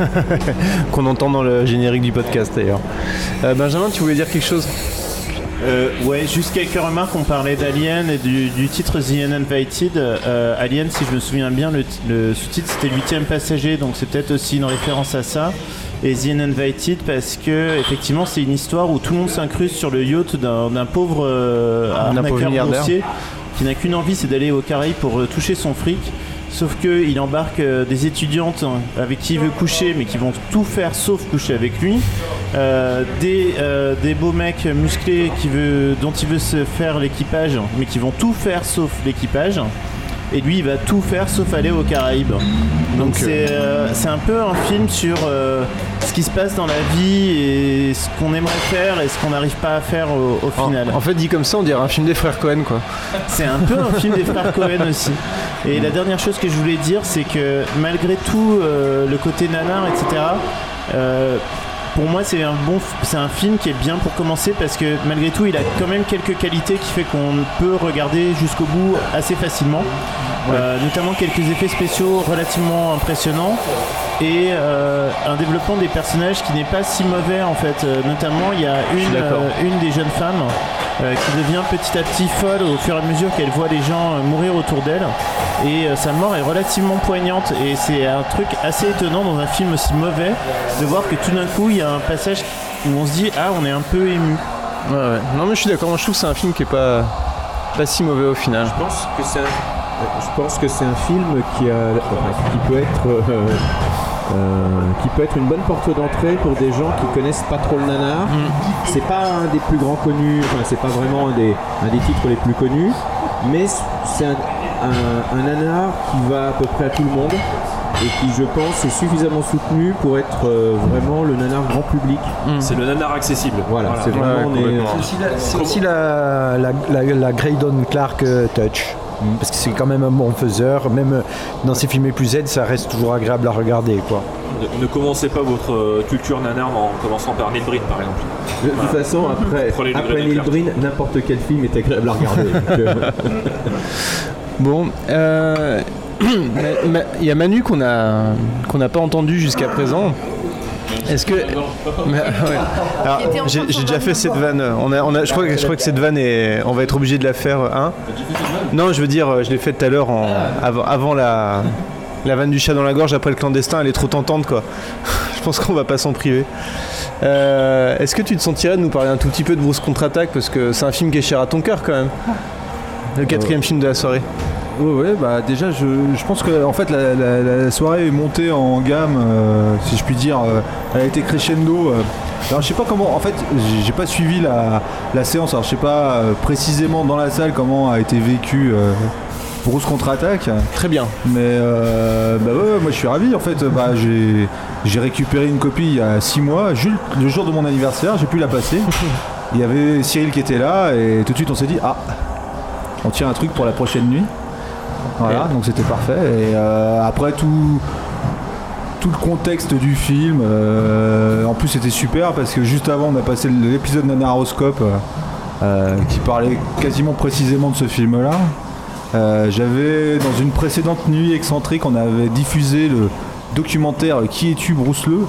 qu'on entend dans le générique du podcast d'ailleurs. Euh, Benjamin, tu voulais dire quelque chose ? Euh, ouais, juste quelques remarques. On parlait d'Alien et du, du titre The Uninvited. Euh, Alien, si je me souviens bien, le, t- le sous-titre c'était Huitième passager, donc c'est peut-être aussi une référence à ça. Et The Uninvited parce que effectivement c'est une histoire où tout le monde s'incruste sur le yacht d'un, d'un pauvre euh, D'un pauvre arnaqueur milliardaire. boursier qui n'a qu'une envie, c'est d'aller aux Caraïbes pour euh, toucher son fric. Sauf qu'il embarque euh, des étudiantes hein, avec qui il veut coucher, mais qui vont tout faire sauf coucher avec lui. Euh, des, euh, des beaux mecs musclés qui veut, dont il veut se faire l'équipage, mais qui vont tout faire sauf l'équipage. et lui il va tout faire sauf aller aux Caraïbes. Donc c'est, euh, c'est un peu un film sur euh, ce qui se passe dans la vie et ce qu'on aimerait faire et ce qu'on n'arrive pas à faire au, au final. En, en fait, dit comme ça, on dirait un film des frères Cohen, quoi. C'est un peu un film des frères Cohen aussi. Et la dernière chose que je voulais dire, c'est que malgré tout euh, le côté nanar, et cetera, euh, pour moi c'est un bon, c'est un film qui est bien pour commencer parce que malgré tout il a quand même quelques qualités qui fait qu'on peut regarder jusqu'au bout assez facilement. Ouais. Euh, notamment quelques effets spéciaux relativement impressionnants et euh, un développement des personnages qui n'est pas si mauvais en fait. Euh, notamment il y a une, euh, une des jeunes femmes euh, qui devient petit à petit folle au fur et à mesure qu'elle voit les gens euh, mourir autour d'elle et euh, sa mort est relativement poignante et c'est un truc assez étonnant dans un film aussi mauvais de voir que tout d'un coup il y a un passage où on se dit ah on est un peu ému. Ouais, ouais. Non mais je suis d'accord, moi je trouve que c'est un film qui est pas, pas si mauvais au final. Je pense que c'est un... Je pense que c'est un film qui, a, qui, peut être, euh, euh, qui peut être une bonne porte d'entrée pour des gens qui connaissent pas trop le nanar. Mm. C'est pas un des plus grands connus, enfin c'est pas vraiment un des, un des titres les plus connus, mais c'est un, un, un nanar qui va à peu près à tout le monde et qui je pense est suffisamment soutenu pour être euh, vraiment le nanar grand public. Mm. C'est le nanar accessible. Voilà, voilà. c'est vraiment ouais, des... C'est aussi la, c'est aussi la, la, la, la Graydon Clark euh, touch. Parce que c'est quand même un bon faiseur, même dans ses films les plus Z, ça reste toujours agréable à regarder, quoi. Ne, ne commencez pas votre euh, culture nanar en commençant par Neil Breen par exemple. De toute voilà. façon, après, après Neil Breen, n'importe quel film est agréable à regarder. Bon, euh, il y a Manu qu'on a qu'on n'a pas entendu jusqu'à présent. Est-ce que mais, ouais. Alors, j'ai, j'ai déjà fait cette vanne. On a, on a, je crois que je crois que cette vanne est, on va être obligé de la faire. Hein non, je veux dire, je l'ai faite tout à l'heure en, avant, avant la, la vanne du chat dans la gorge. Après le clandestin, elle est trop tentante, quoi. Je pense qu'on va pas s'en priver. Euh, est-ce que tu te sentirais de nous parler un tout petit peu de Bruce Contre-Attaque parce que c'est un film qui est cher à ton cœur quand même. Le quatrième euh... film de la soirée. Ouais, ouais, bah déjà je, je pense que en fait la, la, la soirée est montée en gamme, euh, si je puis dire, euh, elle a été crescendo. Euh. Alors je sais pas comment, en fait j'ai, j'ai pas suivi la, la séance, alors je sais pas euh, précisément dans la salle comment a été vécu euh, Bruce Contre-Attaque. Très bien. Mais euh, bah ouais, moi je suis ravi en fait, bah j'ai, j'ai récupéré une copie il y a six mois, juste le jour de mon anniversaire, j'ai pu la passer. Il y avait Cyril qui était là et tout de suite on s'est dit ah, on tient un truc pour la prochaine nuit. Voilà, donc c'était parfait. Et euh, après tout, tout le contexte du film, euh, en plus c'était super parce que juste avant on a passé l'épisode Nanaroscope euh, qui parlait quasiment précisément de ce film-là. Euh, j'avais dans une précédente nuit excentrique, on avait diffusé le documentaire Qui es-tu Bruce Lee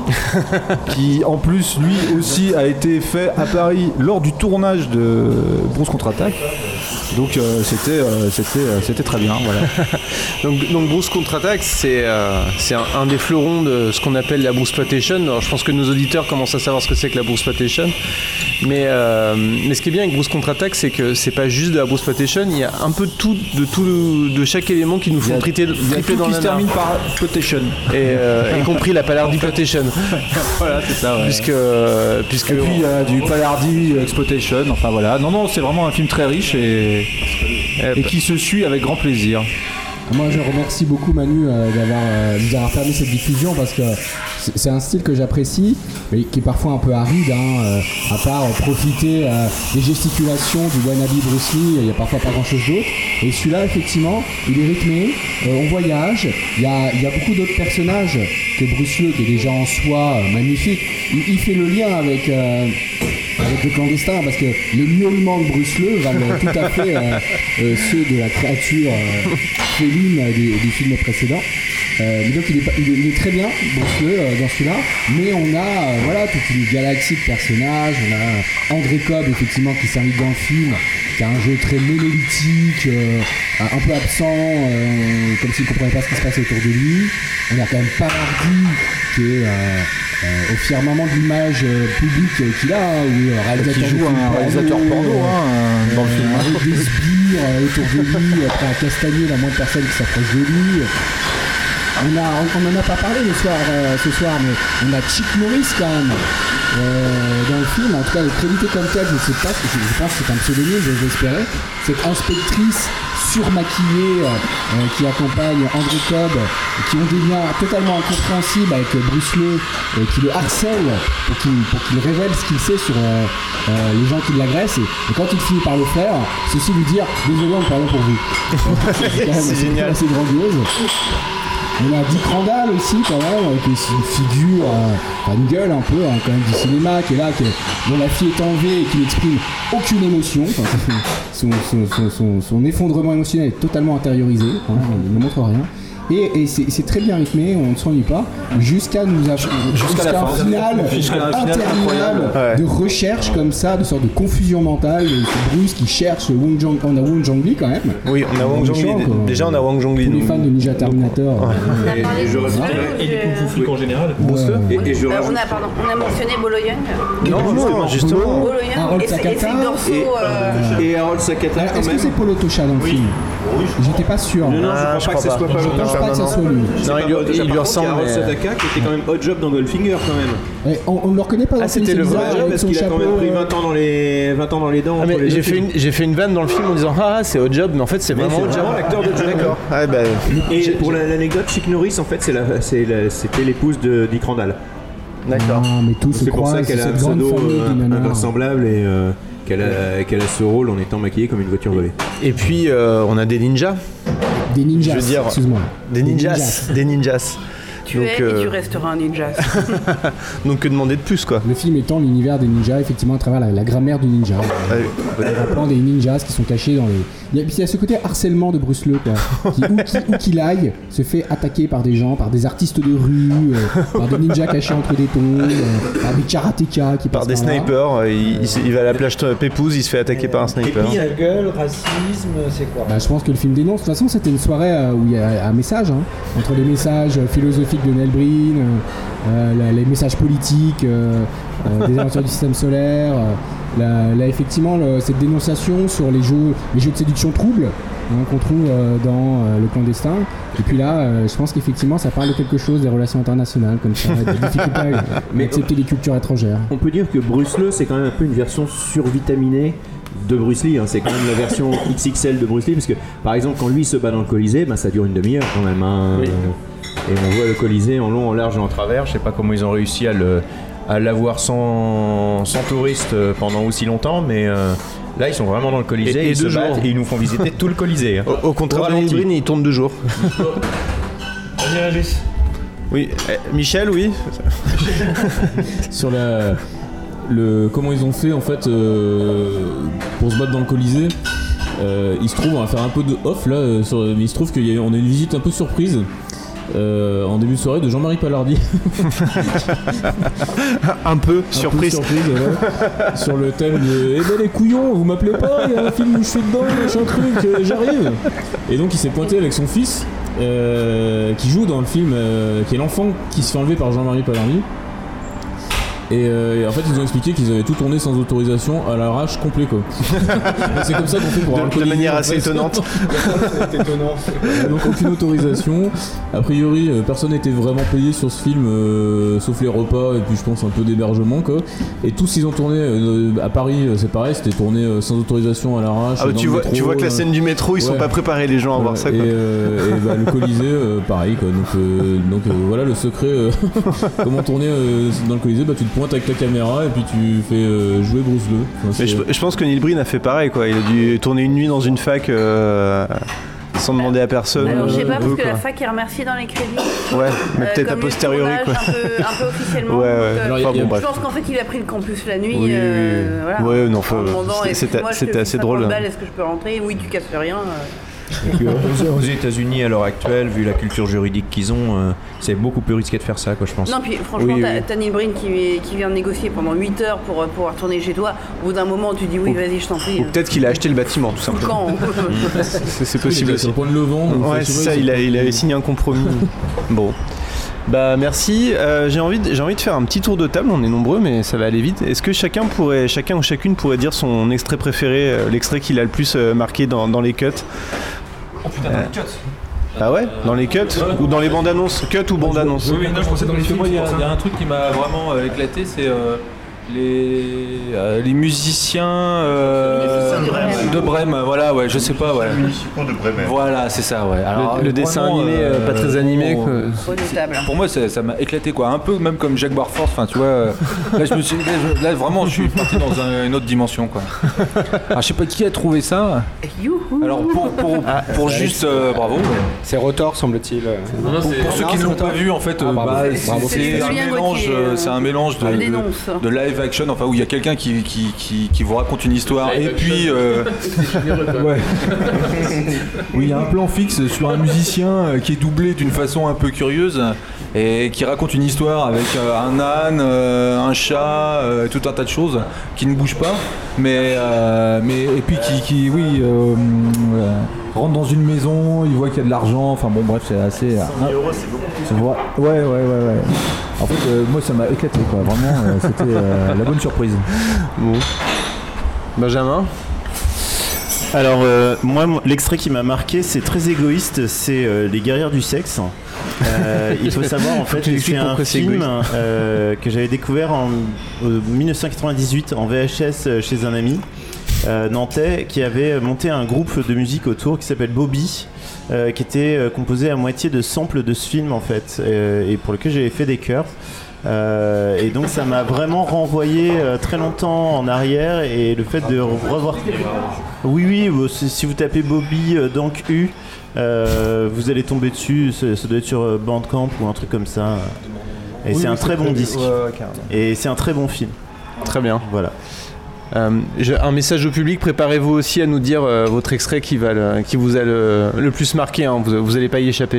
qui en plus lui aussi a été fait à Paris lors du tournage de Bruce Contre-Attaque. Donc euh, c'était, euh, c'était, euh, c'était très bien. Voilà. donc, donc Bruce Contre-Attaque, c'est, euh, c'est un, un des fleurons de ce qu'on appelle la Bruceploitation. Alors je pense que nos auditeurs commencent à savoir ce que c'est que la Bruceploitation. Mais, euh, mais ce qui est bien avec Bruce Contre-Attaque, c'est que c'est pas juste de la Bruceploitation, il y a un peu de tout, de, tout le, de chaque élément qui nous font triper, triper dans qui la se termine par Ploitation. Et euh, y compris la Palardi-Ploitation. Voilà, c'est ça, ouais. Puisque, puisque et puis il y a du Palardi Exploitation, enfin voilà. Non, non, c'est vraiment un film très riche et, et qui se suit avec grand plaisir. Moi je remercie beaucoup Manu euh, d'avoir, euh, nous avoir permis cette diffusion parce que c'est, c'est un style que j'apprécie mais qui est parfois un peu aride hein, euh, à part euh, profiter euh, des gesticulations du wannabe Bruce Lee, il n'y a parfois pas grand chose d'autre et celui-là effectivement il est rythmé, euh, on voyage, il y a, y a beaucoup d'autres personnages que Bruce Lee qui est déjà en soi euh, magnifique, il, il fait le lien avec euh, avec le clandestin parce que le miaulement de Bruce Lee valent tout à fait euh, euh, ceux de la créature euh, féline des, des films précédents. Euh, mais donc il est, il, est, il est très bien Bruce Lee euh, dans celui-là, mais on a euh, voilà toute une galaxie de personnages. On a André Cobb effectivement qui s'invite dans le film, qui a un jeu très monolithique, euh, un peu absent, euh, comme s'il ne comprenait pas ce qui se passe autour de lui. On a quand même Palardi qui est euh, euh, au firmament de l'image euh, publique euh, qu'il a, hein, où euh, réalisateur qui joue un réalisateur porno hein, euh, dans le film. Avec des sbires euh, autour de lui, après un castagnier, la moindre personne qui s'approche de lui. On a, on n'en a pas parlé le soir, euh, ce soir, mais on a Chick Norris quand même euh, dans le film. En tout cas, elle est créditée comme telle, je ne sais pas, je, je pense que c'est un pseudonyme, j'espérais. Cette inspectrice surmaquillés euh, qui accompagnent André Cobb, qui ont des liens totalement incompréhensibles avec Bruce Lee, euh, qui le harcèle pour qu'il, pour qu'il révèle ce qu'il sait sur euh, euh, les gens qui l'agressent. Et, et quand il finit par le faire, c'est aussi lui dire désolé, on parle pour vous. C'est, quand même, c'est génial, c'est grandiose. On a Dick Randall aussi quand même, avec une figure, euh, une gueule un peu hein, quand même du cinéma, qui est là, qui, dont la fille est enlevée et qui n'exprime aucune émotion. Enfin, son, son, son, son, son effondrement émotionnel est totalement intériorisé, hein, il ne montre rien. Et, et c'est, c'est très bien rythmé, on ne s'ennuie pas, jusqu'à nous ach- jusqu'à, jusqu'à un final interminable ouais. de recherche comme ça, de sorte de confusion mentale. C'est Bruce qui cherche Wong Jong, on a Wong Jong Li quand même. Oui, on a Wong Jong Li. Déjà, on a Wong Jong Li. Tous les fans de Ninja Terminator. Ouais. Et, et je et les Kung Fu flics en général. Ouais. Et, et je euh, on a pardon, on a mentionné Bolo Young. Non, non, justement. Bolo Young et, et c'est Dorso. Euh... Et Harold Sakata. Alors, est-ce que c'est Polo Tosha dans le film? Oui. J'étais pas sûr. Non, non, ah, je crois pas que ce soit pas Je pense pas que ce soit lui. Non, il, il, il lui ressemble. Harold Sakata qui était quand même Hot Job dans Goldfinger quand même. Et on, on le reconnaît pas dans ah, le film. C'était le vrai Job parce qu'il a quand même pris vingt ans dans les vingt ans dans les dents. Ah, mais j'ai fait une j'ai fait une vanne dans le film en disant ah c'est Hot Job, mais en fait c'est mais vraiment Hot Job. L'acteur de Job. D'accord. Ah, bah, et pour l'anecdote, Chick Norris en fait c'est la, c'est la, c'était l'épouse de Dick Randall. D'accord. Ah, mais tout se c'est pour ça qu'elle a un pseudo invraisemblable et euh, qu'elle a, qu'elle a ce rôle en étant maquillée comme une voiture volée. Et puis euh, on a des ninjas. Des ninjas, je veux dire, excuse-moi. Des ninjas. Des ninjas. Tu Donc, es euh... et tu resteras un ninja. Donc que demander de plus quoi. Le film étant l'univers des ninjas, effectivement à travers la, la grammaire du ninja. Ah, oui. Rappelant des ninjas qui sont cachés dans les... Il y a, il y a ce côté harcèlement de Bruce Lee, quoi. Qui, où, qui, où qu'il aille, se fait attaquer par des gens, par des artistes de rue, euh, par des ninjas cachés entre des tombes, euh, par des karatékas qui par des par snipers. Euh, il, il, il va à la plage Pépouze, il se fait attaquer euh, par un sniper. Et puis la gueule, racisme, c'est quoi bah, je pense que le film dénonce. De toute façon, c'était une soirée euh, où il y a un message, hein, entre les messages philosophiques de Neil Breen, euh, la, les messages politiques euh, euh, des aventures du système solaire. Euh, Là, là effectivement le, cette dénonciation sur les jeux, les jeux de séduction troubles hein, qu'on trouve euh, dans euh, Le Clandestin. Et puis là, euh, je pense qu'effectivement ça parle de quelque chose des relations internationales comme ça, des difficultés à Mais accepter les cultures étrangères. On peut dire que Bruce Lee c'est quand même un peu une version survitaminée de Bruce Lee, hein. C'est quand même la version X X L de Bruce Lee parce que par exemple quand lui se bat dans le Colisée, bah, ça dure une demi-heure quand même. Hein, oui. euh, et on voit le Colisée en long, en large et en travers. Je sais pas comment ils ont réussi à le à l'avoir sans, sans touristes pendant aussi longtemps, mais euh, là ils sont vraiment dans le Colisée, et, et ils se battent et ils nous font visiter tout le Colisée. Hein. Au, au contraire de Neil Breen, ils tournent deux jours. Vas-y Régis. Oui, eh, Michel, oui. Sur la, le, comment ils ont fait en fait euh, pour se battre dans le Colisée. Euh, il se trouve, on va faire un peu de off là, euh, sur, mais il se trouve qu'on a, a une visite un peu surprise. Euh, en début de soirée de Jean-Marie Palardi. un peu un surprise, peu surprise ouais. Sur le thème de eh ben les couillons, vous m'appelez pas, il y a un film où je suis dedans, machin truc, euh, j'arrive. Et donc il s'est pointé avec son fils euh, qui joue dans le film, euh, qui est l'enfant qui se fait enlever par Jean-Marie Palardi. Et, euh, et en fait ils ont expliqué qu'ils avaient tout tourné sans autorisation à l'arrache complet quoi. C'est comme ça qu'on fait pour avoir de, de manière assez étonnante. C'est étonnant. Donc aucune autorisation. A priori euh, personne n'était vraiment payé sur ce film euh, sauf les repas et puis je pense un peu d'hébergement quoi. Et tous ils ont tourné euh, à Paris euh, c'est pareil, c'était tourné euh, sans autorisation à l'arrache. Ah, tu, vois, métro, tu vois que la scène du métro ils ouais. sont pas préparés les gens à ouais. voir ça quoi. Et, euh, et bah, le Colisée euh, pareil quoi. Donc, euh, donc euh, voilà le secret euh, comment tourner euh, dans le Colisée, bah tu te pointes avec ta caméra et puis tu fais euh, jouer Bruce Lee. Enfin, mais je, je pense que Neil Breen a fait pareil quoi. Il a dû tourner une nuit dans une fac euh, sans demander à personne. Alors je sais pas euh, parce peu, que quoi. la fac est remerciée dans les crédits. Ouais, mais euh, peut-être a posteriori quoi. Un peu, un peu officiellement. Ouais, ouais. Donc, Alors, euh, y a, je bon, pense qu'en fait il a pris le campus la nuit. Oui, euh, oui. Voilà, ouais, non, faut, c'était, c'était assez drôle. Balle, est-ce que je peux rentrer? Oui, tu casses rien. Euh. Aux États-Unis à l'heure actuelle, vu la culture juridique qu'ils ont, euh, c'est beaucoup plus risqué de faire ça, quoi, je pense. Non, puis franchement, oui, t'as, oui. t'as Neil Breen qui, qui vient de négocier pendant huit heures pour euh, pouvoir retourner chez toi. Au bout d'un moment, tu dis oui, ou, vas-y, je t'en prie. Ou peut-être qu'il a acheté le bâtiment, tout simplement. c'est, c'est possible aussi. Sur le point de le vendre. Ouais, c'est ça, il, a, il avait signé un compromis. Bon. Bah merci, euh, j'ai, envie de, j'ai envie de faire un petit tour de table, on est nombreux mais ça va aller vite. Est-ce que chacun pourrait, chacun ou chacune pourrait dire son extrait préféré, euh, l'extrait qu'il a le plus euh, marqué dans, dans les cuts? Oh putain, dans euh... les cuts. Ah ouais, dans les cuts euh, ou dans les bandes annonces, cut ou bande annonce? Oui, oui, non, je pensais dans les films. Moi, il y, y a un truc qui m'a vraiment euh, éclaté, c'est euh, Les, euh, les musiciens euh, de Brême. de Brême, voilà, ouais, je sais pas, ouais. Les municipaux de Bremen. Voilà, c'est ça, ouais. Alors, Le- le dessin vraiment, animé, euh, pas très animé, bon, quoi. euh, Renotable. Pour moi, ça ça m'a éclaté, quoi. Un peu même comme Jack Barforce, enfin, tu vois. euh, Là, je me suis, là, je- là, vraiment, je suis parti dans un- une autre dimension, quoi. Alors, je sais pas qui a trouvé ça. Youhou. Alors, pour, pour, pour juste, euh, bravo. C'est Rotor, semble-t-il. Non, non, Pour, c'est- pour ceux qui ne l'ont pas vu, en fait, Ah, euh, bravo. bah, Bravo. c'est C'est un Julien mélange, Gauthier, euh, euh, c'est un mélange de, le de, dénonce. de live action, enfin où il y a quelqu'un qui, qui, qui, qui vous raconte une histoire Live et puis euh, Ouais. oui, il y a un plan fixe sur un musicien euh, qui est doublé d'une façon un peu curieuse et qui raconte une histoire avec euh, un âne, euh, un chat, euh, tout un tas de choses qui ne bougent pas, mais, euh, mais et puis qui, qui oui, euh, euh, rentre dans une maison, il voit qu'il y a de l'argent, enfin bon bref, c'est assez. cent mille euros, c'est beaucoup plus. C'est vrai. Ouais, ouais, ouais, ouais. En fait, euh, moi, ça m'a éclaté, quoi. Vraiment, euh, c'était euh, la bonne surprise. Bon. Benjamin. Alors, euh, moi, moi, l'extrait qui m'a marqué, c'est très égoïste, c'est euh, Les Guerrières du Sexe. Euh, il faut savoir, en fait, tu que expliques c'est un pourquoi c'est film égoïste. euh, que j'avais découvert en euh, dix-neuf cent quatre-vingt-dix-huit en V H S chez un ami euh, nantais qui avait monté un groupe de musique autour qui s'appelle Bobby. Euh, qui était euh, composé à moitié de samples de ce film en fait, euh, et pour lequel j'avais fait des chœurs. Euh, et donc ça m'a vraiment renvoyé euh, très longtemps en arrière, et le fait de revoir. Oui, oui, euh, si si vous tapez Bobby euh, donc U, euh, vous allez tomber dessus. Ça, ça doit être sur euh, Bandcamp ou un truc comme ça. Et Oui, c'est oui, un très c'est bon très- disque. ouais, ouais, carrément. Et c'est un très bon film. Très bien. Voilà. Euh, je- un message au public, préparez-vous aussi à nous dire euh, votre extrait qui, va le- qui vous a le, le plus marqué, hein, vous, vous allez pas y échapper.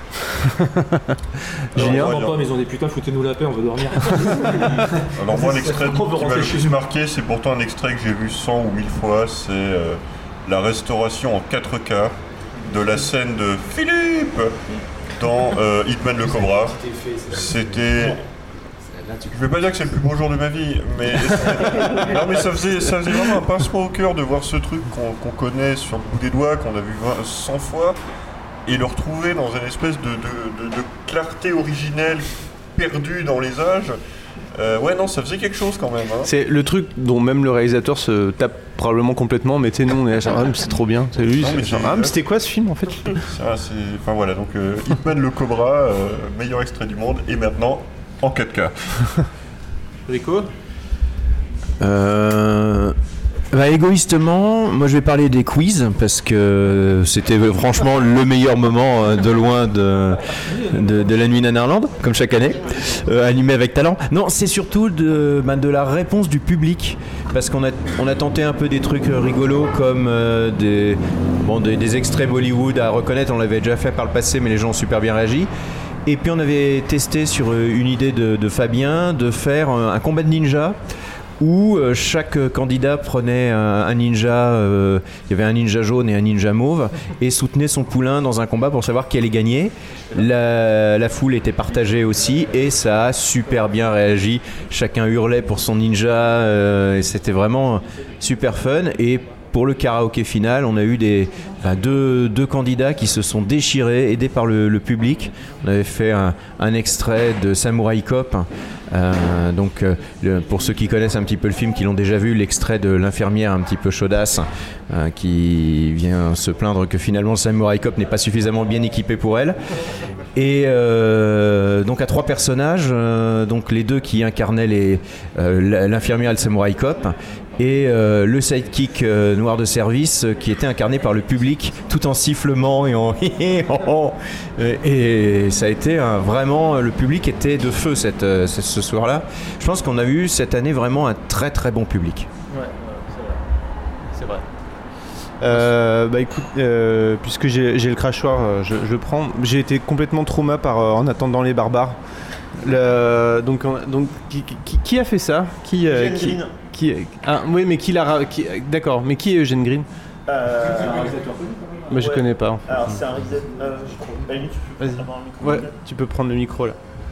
Julien. Non, pas, mais ils ont des putains, foutez-nous la paix, on veut dormir. Alors moi, l'extrait On veut qui m'a rentrer le chez plus nous. marqué, c'est pourtant un extrait que j'ai vu cent ou mille fois, c'est euh, la restauration en quatre K de la scène de Philippe dans euh, Hitman le Cobra. C'était... Je vais pas dire que c'est le plus beau jour de ma vie, mais non, mais ça faisait, ça faisait vraiment un pincement au cœur de voir ce truc qu'on qu'on connaît sur le bout des doigts, qu'on a vu vingt, cent fois, et le retrouver dans une espèce de, de, de, de clarté originelle perdue dans les âges. Euh, ouais, non, ça faisait quelque chose quand même. Hein. C'est le truc dont même le réalisateur se tape probablement complètement, mais tu sais, nous on est là, genre, ah, mais c'est trop bien. C'est lui, Non, mais c'est genre, j'ai- ah, mais c'était quoi ce film en fait? Ça, c'est... Enfin voilà, donc euh, Hitman le Cobra, euh, meilleur extrait du monde, et maintenant en quatre K. Rico. Euh, bah, égoïstement, moi je vais parler des quiz parce que c'était franchement le meilleur moment euh, de loin de, de, de la nuit Nanarland, comme chaque année, euh, animé avec talent. Non, c'est surtout de, bah, de la réponse du public parce qu'on a, on a tenté un peu des trucs rigolos comme euh, des, bon, des, des extraits Bollywood à reconnaître, on l'avait déjà fait par le passé mais les gens ont super bien réagi. Et puis on avait testé sur une idée de, de Fabien de faire un combat de ninja où euh, chaque candidat prenait un, un ninja, euh, il y avait un ninja jaune et un ninja mauve, et soutenait son poulain dans un combat pour savoir qui allait gagner. La, la foule était partagée aussi, et ça a super bien réagi. Chacun hurlait pour son ninja, euh, et c'était vraiment super fun. Et pour le karaoké final, on a eu des, bah, deux, deux candidats qui se sont déchirés, aidés par le, le public. On avait fait un, un extrait de Samurai Cop. Euh, donc, euh, le, pour ceux qui connaissent un petit peu le film, qui l'ont déjà vu, l'extrait de l'infirmière un petit peu chaudasse euh, qui vient se plaindre que finalement Samurai Cop n'est pas suffisamment bien équipé pour elle. Et euh, donc à trois personnages, euh, donc les deux qui incarnaient les, euh, l'infirmière et le Samurai Cop, et euh, le sidekick euh, noir de service euh, qui était incarné par le public tout en sifflement et en et ça a été un, vraiment, le public était de feu cette, euh, ce, ce soir-là. Je pense qu'on a eu cette année vraiment un très très bon public. Ouais, c'est vrai. Euh, bah écoute, euh, puisque j'ai, j'ai le crachoir, euh, je, je prends. J'ai été complètement trauma par euh, En attendant les barbares. Le, donc, euh, donc qui, qui, qui a fait ça? Qui, euh, Eugene qui, Green. qui, ah, oui, mais qui l'a. ra- Qui, d'accord, mais qui est Eugene Green? Euh, Moi, je ouais. connais pas. En fait. Alors, c'est un réalisateur. Euh, je crois. À la limite, tu peux Vas-y. avoir un micro. Ouais, tu peux prendre le micro là.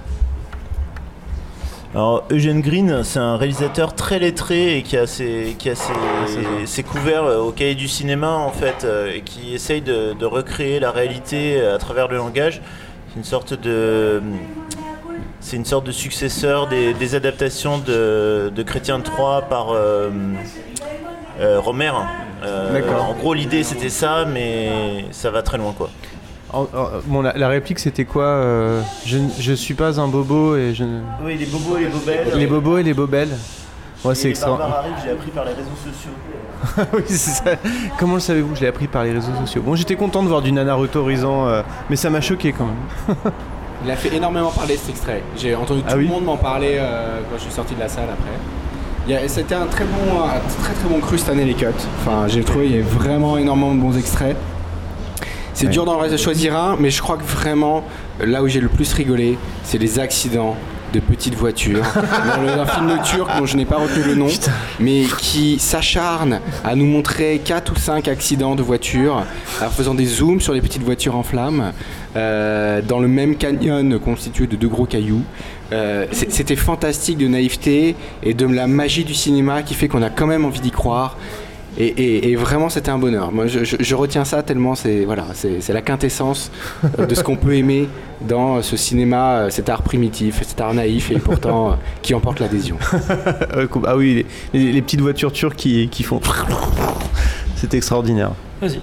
Alors, Eugene Green, c'est un réalisateur très lettré et qui a ses, qui a ses, ses couverts euh, au cahier du cinéma, en fait, euh, et qui essaye de, de recréer la réalité à travers le langage. C'est une sorte de. c'est une sorte de successeur des, des adaptations de, de Chrétien trois par euh, euh, Romer. Euh, D'accord. En gros, l'idée c'était ça, mais ça va très loin, quoi. En- en- bon, la, la réplique c'était quoi euh, je, ne- je suis pas un bobo et je ne... Oui, les bobos et les bobelles. Les bobos et les bobelles. Ouais, c'est Et extra. Barbara arrive, j'ai appris par les réseaux sociaux. Oui, c'est ça. Comment le savez-vous? Je l'ai appris par les réseaux sociaux. Bon, j'étais content de voir du nanar autorisant, euh, mais ça m'a choqué quand même. Il a fait énormément parler cet extrait. J'ai entendu tout Ah oui le monde m'en parler euh, quand je suis sorti de la salle après. Il y a- C'était un très bon, un très très bon cru cette année les cuts. Enfin, j'ai trouvé il y a vraiment énormément de bons extraits. C'est Ouais. dur d'en choisir un, mais je crois que vraiment là où j'ai le plus rigolé, c'est les accidents de petites voitures dans le- un film turc dont je n'ai pas retenu le nom, mais qui s'acharne à nous montrer quatre ou cinq accidents de voitures en faisant des zooms sur les petites voitures en flammes euh, dans le même canyon constitué de deux gros cailloux. Euh, c'est- C'était fantastique de naïveté et de la magie du cinéma qui fait qu'on a quand même envie d'y croire. Et, et- et vraiment, c'était un bonheur. Moi, je, je- je retiens ça tellement c'est voilà, c'est c'est la quintessence euh, de ce qu'on peut aimer dans ce cinéma, euh, cet art primitif, cet art naïf et pourtant euh, qui emporte l'adhésion. Euh, com- ah oui, les, les- les petites voitures turques qui, qui font. C'est extraordinaire. Vas-y.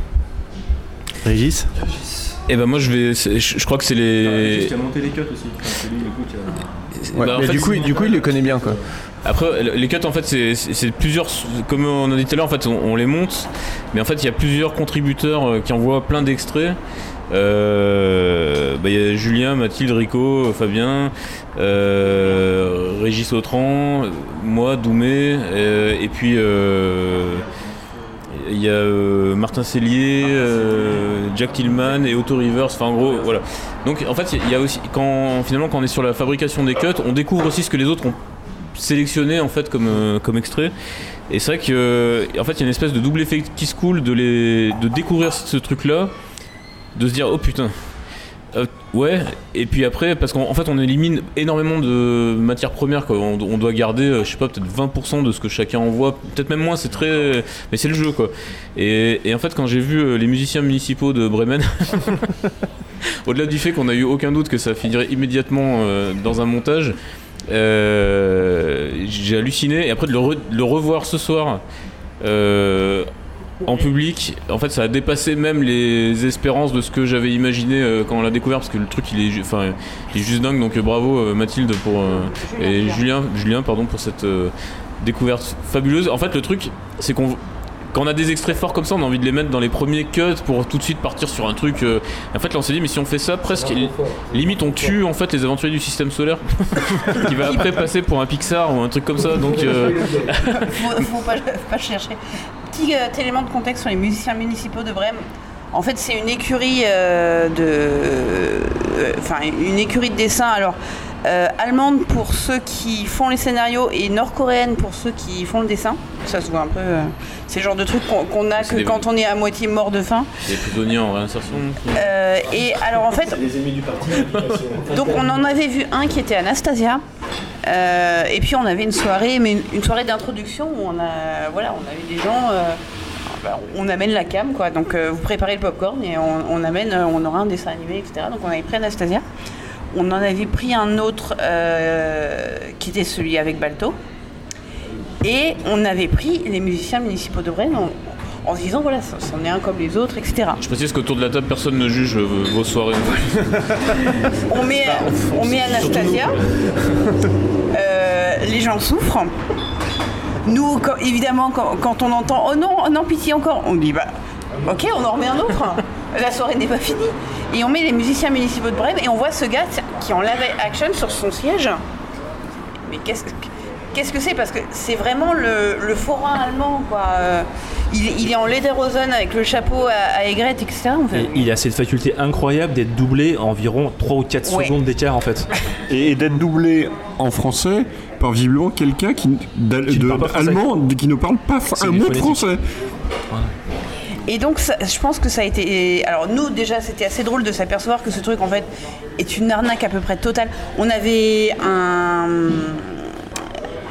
Régis Et ben moi je vais, c'est- je, je crois que c'est les. Qui a monté les cuts aussi. Enfin, c'est lui, le coup, qui a- Ouais, Bah, en mais fait, du, coup, c'est- du coup, il les connaît bien quoi. Après, les cuts, en fait, c'est c'est- c'est plusieurs. Comme on a dit tout à l'heure, en fait, on, on les monte, mais en fait, il y a plusieurs contributeurs euh, qui envoient plein d'extraits. Euh, bah, il y a Julien, Mathilde, Rico, Fabien, euh, Régis Autran, moi, Doumé, euh, et puis euh, il y a euh, Martin Cellier, euh, Jack Tillman et Otto Rivers. Enfin, en gros, voilà. Donc, en fait, il y a aussi quand finalement quand on est sur la fabrication des cuts, on découvre aussi ce que les autres ont sélectionné en fait comme, euh, comme extrait. Et c'est vrai que euh, en fait il y a une espèce de double effet qui se coule de, les, de découvrir ce truc là, de se dire oh putain euh, ouais, et puis après parce qu'en en fait on élimine énormément de matières premières quoi. On, on doit garder euh, je sais pas peut-être vingt pour cent de ce que chacun envoie, peut-être même moins, c'est très mais c'est le jeu quoi. Et, et en fait quand j'ai vu euh, les musiciens municipaux de Bremen au-delà du fait qu'on a eu aucun doute que ça finirait immédiatement euh, dans un montage, Euh, j'ai halluciné et après de le, re- de le revoir ce soir euh, en public, en fait ça a dépassé même les espérances de ce que j'avais imaginé euh, quand on l'a découvert parce que le truc il est, ju- enfin, il est juste dingue, donc euh, bravo euh, Mathilde pour, euh, et Julien, Julien pardon, pour cette euh, découverte fabuleuse. En fait le truc c'est qu'on quand on a des extraits forts comme ça, on a envie de les mettre dans les premiers cuts pour tout de suite partir sur un truc. Euh... En fait, là, on s'est dit, mais si on fait ça, presque, li- limite, on tue en fait les aventuriers du système solaire, qui va après passer pour un Pixar ou un truc comme ça. Donc, euh... faut, faut pas, faut pas chercher. Petit euh, élément de contexte sur les musiciens municipaux de Brême. En fait, c'est une écurie euh, de, enfin euh, une écurie de dessin. Alors euh, allemande pour ceux qui font les scénarios et nord-coréenne pour ceux qui font le dessin. Ça se voit un peu. Euh, c'est le genre de truc qu'on, qu'on a C'est que des- quand on est à moitié mort de faim. les prisonniers en réinsertion. Euh, et alors en fait, Les ennemis du parti. donc on en avait vu un qui était Anastasia. Euh, et puis on avait une soirée, mais une, une soirée d'introduction où on a, voilà, on avait des gens. Euh, bah, on amène la cam, quoi. Donc euh, vous préparez le popcorn et on, on amène, euh, on aura un dessin animé, et cetera. Donc on avait pris Anastasia. On en avait pris un autre euh, qui était celui avec Balto. Et on avait pris les musiciens municipaux de Brême en, en se disant voilà, ça- c'en est un comme les autres, et cetera. Je précise qu'autour de la table, personne ne juge euh, vos soirées. On met, on met Anastasia, euh, les gens souffrent. Nous, quand- évidemment, quand, quand on entend « Oh non, oh non, pitié encore », on dit « Bah, ok, on en remet un autre. La soirée n'est pas finie. » Et on met les musiciens municipaux de Brême et on voit ce gars tiens, qui en live action sur son siège. Mais qu'est-ce que... Qu'est-ce que c'est? Parce que c'est vraiment le, le forain allemand, quoi. Euh, il, est- il est en lederhosen avec le chapeau à, à aigrette, et cetera. En fait. Et il a cette faculté incroyable d'être doublé en environ trois ou quatre Ouais. secondes d'écart en fait. Et, et d'être doublé en français par visiblement quelqu'un qui, d'al- Qui ne de- parle pas français. allemand qui ne parle pas f- C'est un du mot de phonétique. français. Et donc, ça- je pense que ça a été. Alors, nous, déjà, c'était assez drôle de s'apercevoir que ce truc, en fait, est une arnaque à peu près totale. On avait un.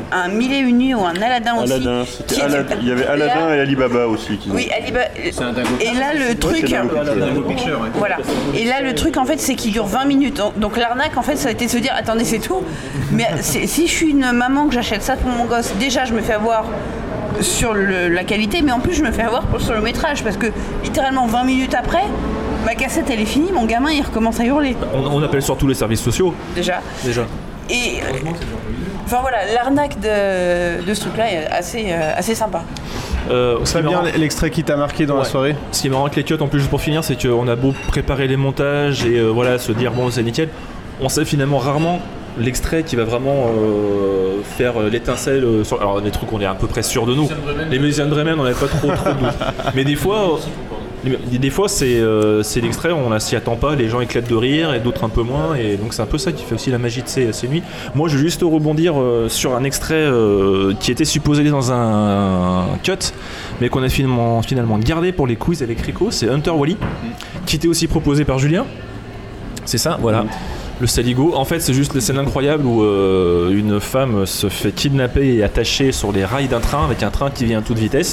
un Mille et une nuits ou un Aladdin aussi. Aladdin, c'était qui- Aladdin. Il y avait Aladdin là- et Alibaba aussi. Qui Oui, Alibaba. Et là, le truc. c'est Dingo Picture. Dingo Picture, ouais. Voilà. Et là, le truc, en fait, c'est qu'il dure vingt minutes. Donc, donc l'arnaque, en fait, ça a été de se dire, attendez, c'est tout. Mais c'est- si je suis une maman que j'achète ça pour mon gosse, déjà, je me fais avoir sur le- la qualité, mais en plus, je me fais avoir pour- sur le métrage. Parce que, littéralement, vingt minutes après, ma cassette, elle est finie, mon gamin, il recommence à hurler. On, on appelle surtout les services sociaux. Déjà. Déjà. Et. Enfin, voilà, l'arnaque de, de ce truc-là est assez, euh, assez sympa. Euh, Très bien l'extrait qui t'a marqué dans Ouais. la soirée. Ce qui est marrant avec les cuts, en plus, juste pour finir, c'est qu'on a beau préparer les montages et euh, voilà, se dire bon, c'est nickel, on sait finalement rarement l'extrait qui va vraiment euh, faire euh, l'étincelle. euh, sur... Alors, des trucs, on est à peu près sûr de nous. Les musiciens de Bremen, on n'avait pas trop, trop de doute. Mais des fois. euh, Des fois, c'est euh, c'est l'extrait, on ne s'y attend pas, les gens éclatent de rire et d'autres un peu moins, et donc c'est un peu ça qui fait aussi la magie de ces, ces nuits. Moi, je veux juste rebondir euh, sur un extrait euh, qui était supposé aller dans un, un cut, mais qu'on a finalement, finalement gardé pour les quiz avec Rico, c'est Hunter Wally, qui était aussi proposé par Julien. C'est ça, voilà. Le Saligo. En fait, c'est juste les scènes incroyables où euh, une femme se fait kidnapper et attacher sur les rails d'un train avec un train qui vient à toute vitesse.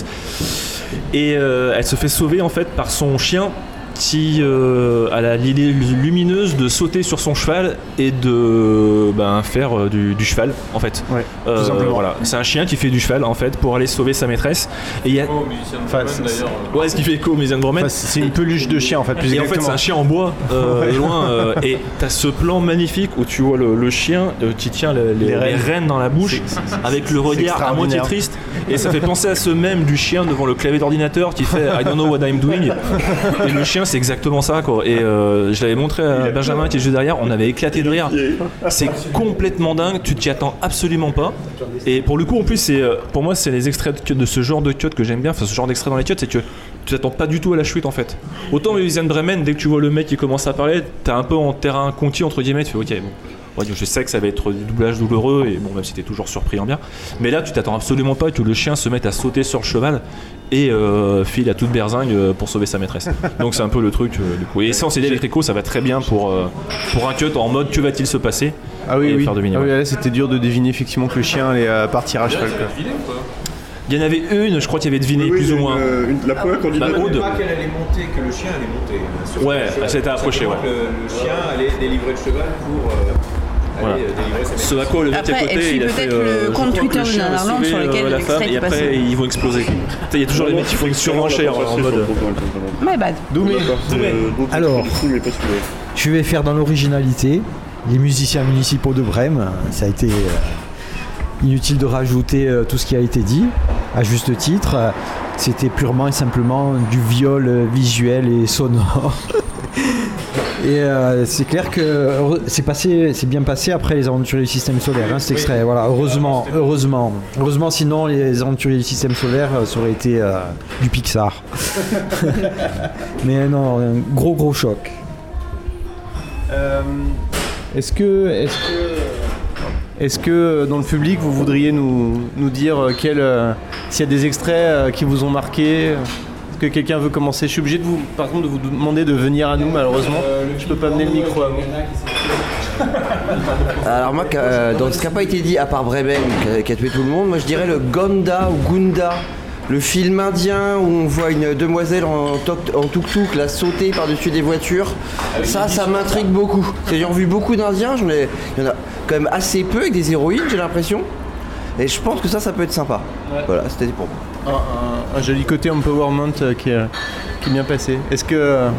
Et euh, elle se fait sauver en fait par son chien qui euh, a la- l'idée lumineuse de sauter sur son cheval et de ben, faire euh, du, du cheval en fait. Ouais, Euh, tout simplement. voilà. C'est un chien qui fait du cheval en fait pour aller sauver sa maîtresse. Et il y a... Enfin, c'est- Ouais, ce qui fait écho au musicien de Bremen. Enfin, c'est une peluche de chien en fait, plus Et en fait, exactement. c'est un chien en bois, euh, Ouais. et loin. euh, et t'as ce plan magnifique où tu vois le, le chien euh, qui tient le- les, Les les rênes. rênes dans la bouche, C'est- c'est- avec le c'est regard à moitié extraordinaire. triste. Et ça fait penser à ce même du chien devant le clavier d'ordinateur qui fait I don't know what I'm doing. Et le chien, c'est exactement ça, quoi. Et euh, je l'avais montré à Benjamin qui est juste derrière, on avait éclaté de rire. C'est complètement dingue, tu t'y attends absolument pas. Et pour le coup, en plus, c'est euh, pour moi, c'est les extraits de, cut- de ce genre de cut que j'aime bien, enfin ce genre d'extrait dans les cuts, c'est que tu t'attends pas du tout à la chute en fait. Autant les Vivian Bremen, dès que tu vois le mec qui commence à parler, t'es un peu en terrain conquis entre guillemets, tu fais ok, bon. Ouais, je sais que ça va être du doublage douloureux et bon, même si t'es toujours surpris en bien. Mais là, tu t'attends absolument pas que le chien se mette à sauter sur le cheval et euh, file à toute berzingue euh, pour sauver sa maîtresse. Donc c'est un peu le truc euh, du coup. Et ça, on s'est dit avec Rico, ça va très bien pour, euh, pour un cut en mode que va-t-il se passer. Ah oui, et oui. faire deviner, Ah oui, ouais. là, c'était dur de deviner effectivement que le chien allait euh, partir à cheval. quoi. Il y en avait une, je crois qu'il y avait deviné plus ou moins. la première candidate. Bah, Aude. Pas qu'elle allait monter, que le chien allait monter. Sur Ouais, le cheval. elle s'était approchée, Simplement ouais. que Le, le chien allait délivrer le cheval pour euh, Voilà. aller euh, délivrer sa Ce à quoi le mec Après, à côté, elle suit il a peut-être fait. le euh, je compte crois que Twitter le de chien va Nanarland sauver, sur lequel euh, la l'extrait femme, est et après passé. ils vont exploser. Tu sais, Il y a toujours les mecs qui font une surenchère en mode. My bad. Doumé. Alors, je vais faire dans l'originalité. Les musiciens municipaux de Brême, ça a été euh, inutile de rajouter euh, tout ce qui a été dit, à juste titre. Euh, C'était purement et simplement du viol euh, visuel et sonore. Et euh, c'est clair que heureux- c'est passé, c'est bien passé après les aventuriers du système solaire, hein, cet extrait. Voilà, heureusement, heureusement, heureusement. Sinon, les aventuriers du système solaire, euh, ça aurait été euh, du Pixar. Mais non, un gros gros choc. Euh, est-ce que, est-ce que, est-ce que euh, dans le public vous voudriez nous, nous dire euh, quel, euh, s'il y a des extraits euh, qui vous ont marqué? Est-ce que quelqu'un veut commencer? Je suis obligé de vous, par contre, de vous demander de venir à nous, malheureusement. Je peux pas amener le micro à vous. Alors moi, euh, dans ce qui n'a pas été dit, à part Bremen, qui a, qui a tué tout le monde, moi je dirais le Gonda ou Gunda, le film indien où on voit une demoiselle en, toc- en tuk-tuk là, sauter par-dessus des voitures. Ça, ça m'intrigue beaucoup. J'ai revu beaucoup d'Indiens, j'en ai- il y en a quand même assez peu avec des héroïnes, j'ai l'impression. Et je pense que ça, ça peut être sympa. Voilà, c'était pour moi. Un, un- un joli côté empowerment euh, qui, est, qui est bien passé. Est-ce que... euh,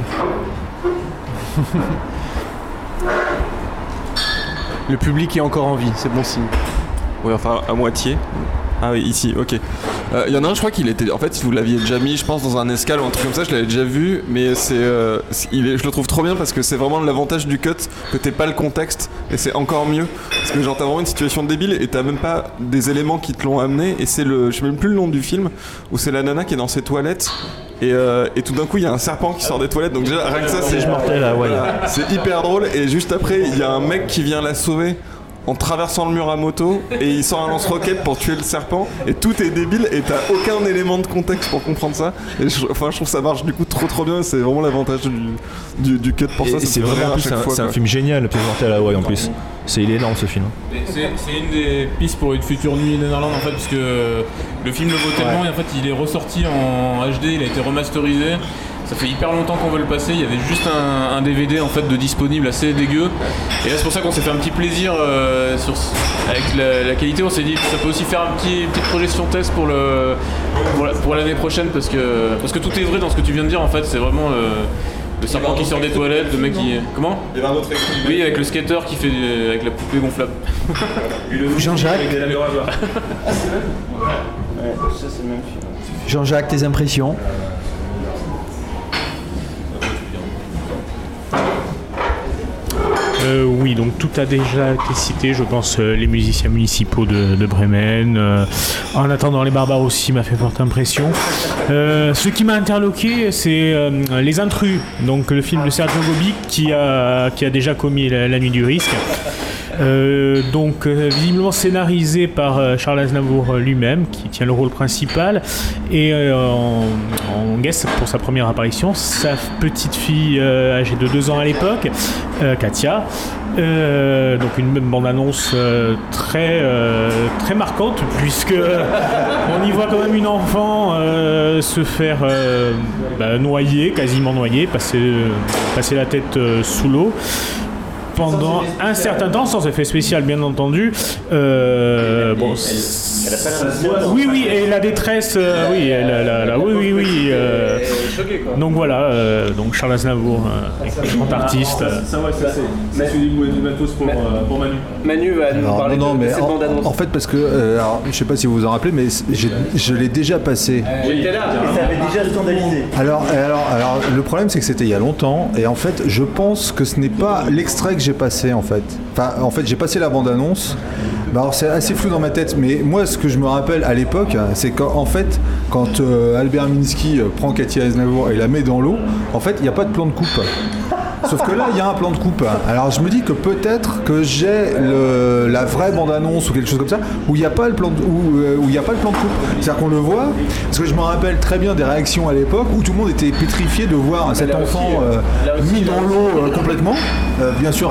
le public est encore en vie, c'est bon signe. Oui, enfin, à moitié. Ah oui, ici, ok. Il euh, y en a un, je crois qu'il était. En fait, vous l'aviez déjà mis, je pense, dans un escale ou un truc comme ça, je l'avais déjà vu, mais c'est. Euh, c'est- il est, je le trouve trop bien parce que c'est vraiment l'avantage du cut, que t'aies pas le contexte, et c'est encore mieux. Parce que genre, t'as vraiment une situation débile et t'as même pas des éléments qui te l'ont amené, et c'est le. Je sais même plus le nom du film, où c'est la nana qui est dans ses toilettes. Et, euh, et tout d'un coup, il y a un serpent qui sort des toilettes. Donc déjà, rien que ça, c'est Mortel, là, ouais. voilà, c'est hyper drôle. Et juste après, il y a un mec qui vient la sauver en traversant le mur à moto et il sort un lance-roquette pour tuer le serpent et tout est débile et t'as aucun élément de contexte pour comprendre ça. Et je, enfin, je trouve que ça marche du coup trop trop bien. C'est vraiment l'avantage du, du, du cut pour et ça. C'est vraiment plus, un, c'est un film génial, présenté à la Hawaï en plus. C'est il est énorme ce film. C'est, c'est une des pistes pour une future nuit Nanarland en fait, parce que le film le vaut tellement et en fait il est ressorti en H D, il a été remasterisé. Ça fait hyper longtemps qu'on veut le passer, il y avait juste un, un D V D en fait de disponible assez dégueu. Et là c'est pour ça qu'on s'est fait un petit plaisir euh, sur, avec la, la qualité, on s'est dit que ça peut aussi faire un petit, une petite projection test pour, le, pour, la, pour l'année prochaine parce que, parce que tout est vrai dans ce que tu viens de dire en fait, c'est vraiment euh, le serpent qui sort des toilettes, le mec qui... Comment ? Il y avait un autre extrait. Oui, avec le skater qui fait des, avec la poupée gonflable. Jean-Jacques Ah c'est vrai ? Ouais, ça c'est le même film. Jean-Jacques, tes impressions ? Euh, oui, donc tout a déjà été cité, je pense, euh, les musiciens municipaux de, de Bremen. Euh, en attendant, les barbares aussi m'a fait forte impression. Euh, ce qui m'a interloqué, c'est euh, Les Intrus, donc le film de Sergio Gobi qui a, qui a déjà commis la, la Nuit du Risque. Euh, donc euh, visiblement scénarisé par euh, Charles Aznavour lui-même qui tient le rôle principal et euh, en, en guest pour sa première apparition sa petite fille euh, âgée de deux ans à l'époque, euh, Katia. Euh, donc une bande-annonce euh, très euh, très marquante puisque euh, on y voit quand même une enfant euh, se faire euh, bah, noyer, quasiment noyer, passer, passer la tête euh, sous l'eau pendant un certain temps, sans effet spécial bien entendu. Euh, bon, elle a pas la oui, oui, et la détresse, euh, oui, elle, elle, elle, oui, oui, oui. Euh, donc voilà, euh, donc Charles Aznavour, euh, grand artiste. Ça, ça, ouais, ça, c'est, c'est celui du matos pour, euh, pour Manu. Manu va nous alors, parler non, non, de, mais de cette en, bande-annonce. en fait, parce que, euh, alors, je sais pas si vous vous en rappelez, mais j'ai, je l'ai déjà passé. J'étais là, ça avait déjà scandalisé. Alors, alors, alors, le problème, c'est que c'était il y a longtemps, et en fait, je pense que ce n'est pas l'extrait que j'ai passé, en fait. Enfin, en fait, j'ai passé la bande-annonce. Bah alors, c'est assez flou dans ma tête, mais moi, ce que je me rappelle à l'époque, c'est qu'en fait, quand euh, Albert Minsky prend Katia Aznavour et la met dans l'eau, en fait, il n'y a pas de plan de coupe. Sauf que là, il y a un plan de coupe. Alors, je me dis que peut-être que j'ai le, la vraie bande-annonce ou quelque chose comme ça, où il n'y a pas le plan de, où, euh, où il n'y a pas le plan de coupe. C'est-à-dire qu'on le voit, parce que je me rappelle très bien des réactions à l'époque où tout le monde était pétrifié de voir cet enfant euh, mis dans l'eau euh, complètement, euh, bien sûr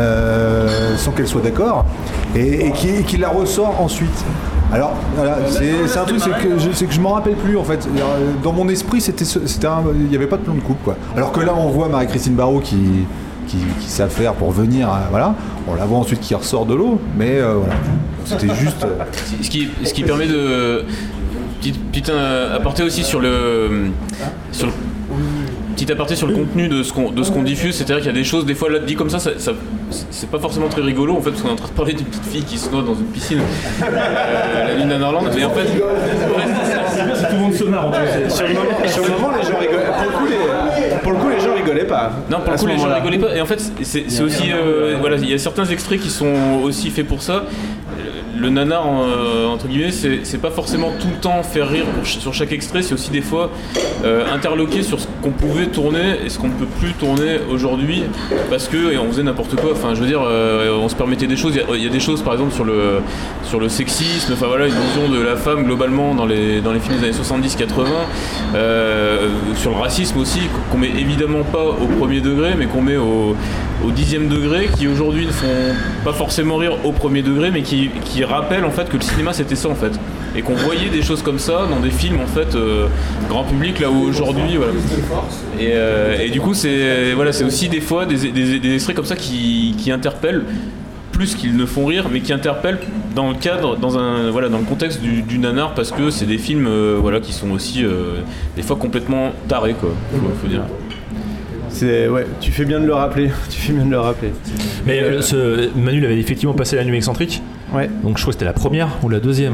euh, sans qu'elle soit d'accord, et, et qui, et qui la ressort ensuite. Alors voilà, c'est, c'est un truc, c'est que je, c'est que je m'en rappelle plus en fait. Dans mon esprit, c'était, c'était un, il n'y avait pas de plan de coupe quoi. Alors que là, on voit Marie-Christine Barrault qui, qui, qui savent faire pour venir, voilà. On la voit ensuite qui ressort de l'eau, mais euh, voilà, c'était juste. Euh... Ce qui, ce qui permet de petit, petit euh, apporter aussi sur le sur le petit aparté sur le contenu de ce qu'on, de ce qu'on diffuse, c'est-à-dire qu'il y a des choses, des fois là dit comme ça, ça, ça c'est pas forcément très rigolo en fait, parce qu'on est en train de parler d'une petite fille qui se noie dans une piscine euh, la nuit Nanarland, mais en fait c'est tout le monde se marre en fait. Sur le moment, sur le moment les gens rigolaient. Pour le coup, les, pour le coup, les gens rigolaient pas. Non, pour le coup, les gens rigolaient pas. Et en fait, c'est, c'est aussi euh, voilà, il y a certains extraits qui sont aussi faits pour ça. Le nanar, euh, entre guillemets, c'est, c'est pas forcément tout le temps faire rire pour, sur chaque extrait, c'est aussi des fois euh, interloquer sur ce qu'on pouvait tourner et ce qu'on ne peut plus tourner aujourd'hui parce que et on faisait n'importe quoi. Enfin, je veux dire, euh, on se permettait des choses. Il y, y a des choses, par exemple, sur le, sur le sexisme, enfin voilà, une vision de la femme globalement dans les, dans les films des années soixante-dix quatre-vingts, euh, sur le racisme aussi, qu'on met évidemment pas au premier degré, mais qu'on met au, au dixième degré, qui aujourd'hui ne font pas forcément rire au premier degré, mais qui, qui rappelle en fait que le cinéma c'était ça en fait, et qu'on voyait des choses comme ça dans des films en fait euh, grand public, là où aujourd'hui voilà. Et, euh, et du coup c'est voilà, c'est aussi des fois des, des, des extraits comme ça qui, qui interpellent plus qu'ils ne font rire, mais qui interpellent dans le cadre, dans un voilà, dans le contexte du, du nanar, parce que c'est des films euh, voilà, qui sont aussi euh, des fois complètement tarés quoi, faut, faut dire. C'est, ouais, tu fais bien de le rappeler. Tu fais bien de le rappeler. Mais euh, ce, Manu l'avait effectivement passé la nuit excentrique. Ouais. Donc je crois que c'était la première ou la deuxième.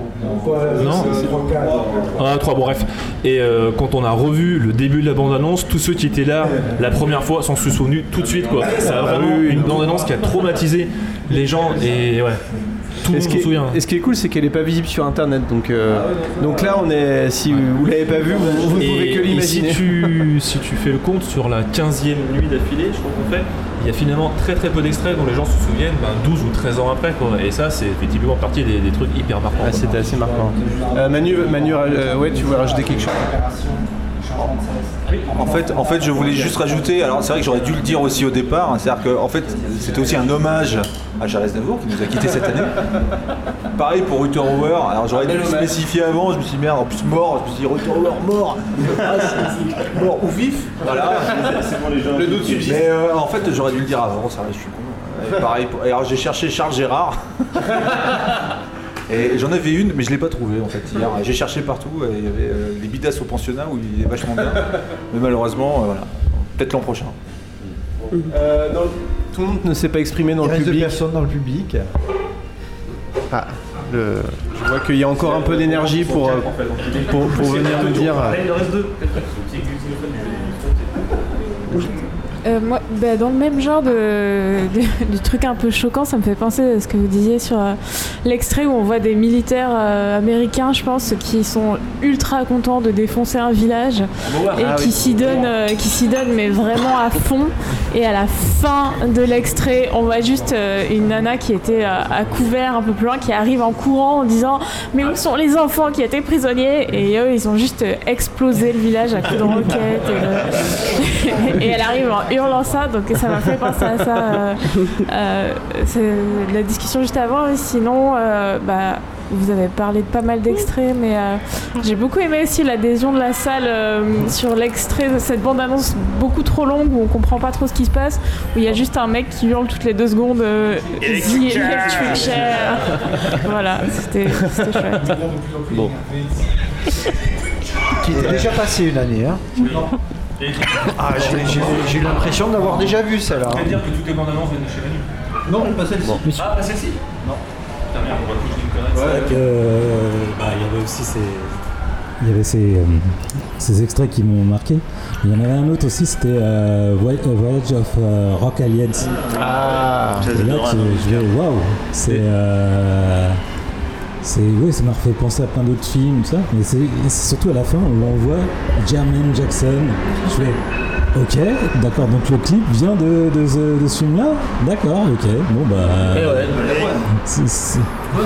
Non. Ah, trois, bon bref. Et euh, quand on a revu le début de la bande-annonce, tous ceux qui étaient là la première fois s'en sont souvenus tout de suite quoi. Ça a vraiment une bande-annonce qui a traumatisé les gens et ouais. tout le monde s'en souvient. Et ce qui est cool, c'est qu'elle est pas visible sur internet. Donc, euh, donc là, on est, si vous l'avez pas vu, vous, vous ne pouvez que l'imaginer. Et si tu, si tu fais le compte sur la quinzième nuit d'affilée, je crois qu'on fait, il y a finalement très très peu d'extraits dont les gens se souviennent ben, douze ou treize ans après. Quoi. Et ça, c'est effectivement partie des, des trucs hyper marquants. Ah, c'était assez marquant. Euh, Manu, Manu euh, ouais, tu voulais rajouter quelque chose? En fait, en fait, je voulais juste rajouter, alors c'est vrai que j'aurais dû le dire aussi au départ, hein, c'est-à-dire que en fait, c'était aussi un hommage à Charles Aznavour qui nous a quittés cette année. Pareil pour Rutger Hauer, alors j'aurais dû le spécifier avant, je me suis dit merde, en plus mort, je me suis dit Rutger Hauer mort, ah, c'est mort ou vif, voilà, c'est bon les gens. Le doute subsiste. Mais euh, en fait, j'aurais dû le dire avant, ça va, je suis con. Et pareil, pour... alors j'ai cherché Charles Gérard. Et j'en avais une, mais je l'ai pas trouvée en fait hier. J'ai cherché partout, et il y avait euh, les bidasses au pensionnat où il est vachement bien. Mais malheureusement, euh, voilà. Peut-être l'an prochain. Euh, dans le... Tout le monde ne s'est pas exprimé dans il le reste public. deux personnes dans le public. Ah, le... je vois qu'il y a encore un peu d'énergie pour, euh, pour, pour venir nous dire. Il en reste deux. Euh, moi, bah, dans le même genre de, de, de truc un peu choquant, ça me fait penser à ce que vous disiez sur euh, l'extrait où on voit des militaires euh, américains, je pense, qui sont ultra contents de défoncer un village et ah, qui oui. s'y donnent, euh, qui s'y donnent, mais vraiment à fond. Et à la fin de l'extrait, on voit juste euh, une nana qui était euh, à couvert un peu plus loin, qui arrive en courant en disant « Mais où sont les enfants qui étaient prisonniers ?» Et eux, ils ont juste euh, explosé le village à coups de roquettes. Et, euh, et elle arrive en hurlant ça, donc ça m'a fait penser à ça. Euh, euh, c'est la discussion juste avant. Sinon, euh, bah, vous avez parlé de pas mal d'extraits, mais euh, j'ai beaucoup aimé aussi l'adhésion de la salle euh, sur l'extrait de cette bande-annonce beaucoup trop longue où on comprend pas trop ce qui se passe, où il y a juste un mec qui hurle toutes les deux secondes euh, The Electric Chair. Voilà, c'était c'était chouette. Bon. Qui était déjà passé une année. Hein. Ah, j'ai, j'ai, j'ai eu l'impression d'avoir déjà vu celle-là. Ça veut dire que toutes les bandes annonces viennent de chez Manu? Non, pas celle-ci. Bon. Ah, pas celle-ci? Non. Putain, merde, on va toucher une connerie. C'est vrai que euh, bah, il y avait aussi ces, il y avait ces, euh, ces extraits qui m'ont marqué. Il y en avait un autre aussi, c'était euh, Voyage of euh, Rock Aliens. Ah, et là, tu, je vais, waouh, c'est, euh, c'est, oui, ça m'a fait penser à plein d'autres films, tout ça. Mais c'est, c'est surtout à la fin, on voit Jermaine Jackson. Je fais. Ok, d'accord, donc le clip vient de, de, de, de ce film-là. D'accord, ok, bon bah. Et ouais, c'est, c'est...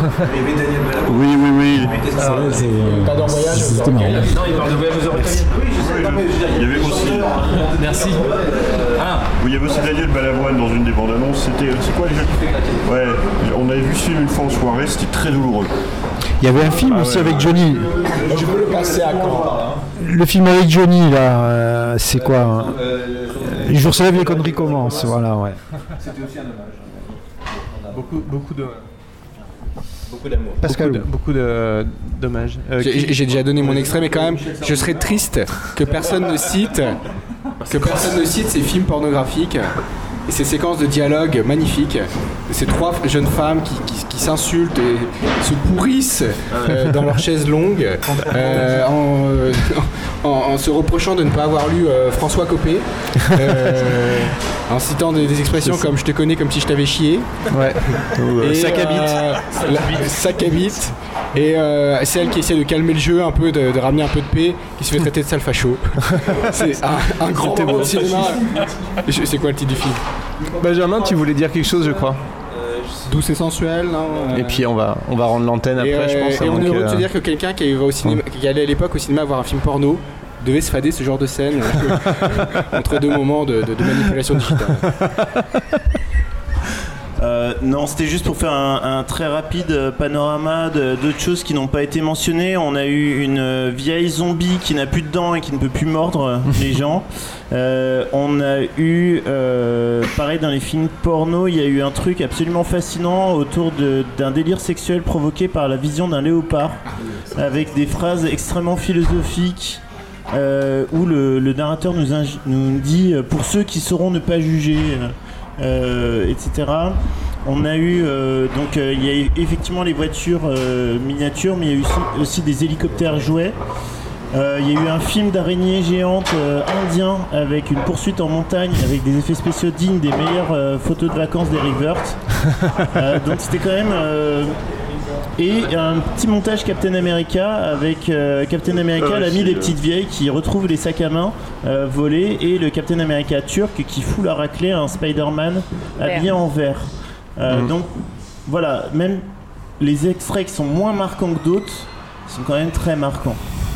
Oui, oui, oui. C'est vrai, c'est. Euh, Pardon, voyage c'était marrant. Non, il parle de voyage aux heures italiennes. Oui, je sais pas, mais il y avait aussi. Merci. Ah. Oui, il y avait aussi Daniel Balavoine dans une des bandes annonces. C'était. C'est quoi déjà? Ouais, on avait vu ce film une fois en soirée, c'était très douloureux. Il y avait un film ah, aussi ouais, avec ouais. Johnny. Je veux le passer à quand? Le film avec Johnny, là, euh, c'est quoi hein Les jours se lèvent, les conneries commencent. Voilà, ouais. C'était aussi un hommage. Beaucoup, beaucoup de. Beaucoup d'amour. Pascal, beaucoup, de, beaucoup de, dommages. Euh, j'ai, qui... j'ai déjà donné mon extrait, mais quand même, je serais triste que personne ne cite, que personne ne cite ces films pornographiques et ces séquences de dialogue magnifiques de ces trois jeunes femmes qui, qui, qui s'insultent et se pourrissent euh, dans leurs chaises longues euh, en, euh, en, en se reprochant de ne pas avoir lu euh, François Copé, euh, en citant des, des expressions comme je te connais comme si je t'avais chié. Ouais. Et, sac à bite. Euh, la, sac à bite. Et euh, celle qui essaie de calmer le jeu un peu, de, de ramener un peu de paix, qui se fait traiter de sale facho. C'est un, un grand moment de cinéma. Je, c'est quoi le titre du film? Benjamin, tu voulais dire quelque chose, je crois. Douce et sensuelle, non? Et puis on va, on va rendre l'antenne après, et, je pense. Et on est heureux que... de se dire que quelqu'un qui, va au cinéma, qui allait à l'époque au cinéma voir un film porno devait se fader ce genre de scène entre deux moments de, de, de manipulation digitale. Euh, non, c'était juste pour faire un, un très rapide panorama de, d'autres choses qui n'ont pas été mentionnées. On a eu une vieille zombie qui n'a plus de dents et qui ne peut plus mordre les gens. Euh, on a eu, euh, pareil dans les films porno, il y a eu un truc absolument fascinant autour de, d'un délire sexuel provoqué par la vision d'un léopard, avec des phrases extrêmement philosophiques. Euh, où le, le narrateur nous, ing- nous dit euh, pour ceux qui sauront ne pas juger, euh, et cetera. On a eu euh, donc euh, il y a eu effectivement les voitures euh, miniatures, mais il y a eu aussi, aussi des hélicoptères jouets. Euh, Il y a eu un film d'araignée géante euh, indien avec une poursuite en montagne avec des effets spéciaux dignes des meilleures euh, photos de vacances d'Eric Wirth. Euh, donc c'était quand même... euh, Et un petit montage Captain America avec euh, Captain America, Ah ouais, l'ami c'est, des euh, petites vieilles qui retrouve les sacs à main euh, volés, et le Captain America turc qui fout la raclée à un Spider-Man habillé en vert. Euh, Mhm. Donc voilà, même les extraits qui sont moins marquants que d'autres sont quand même très marquants.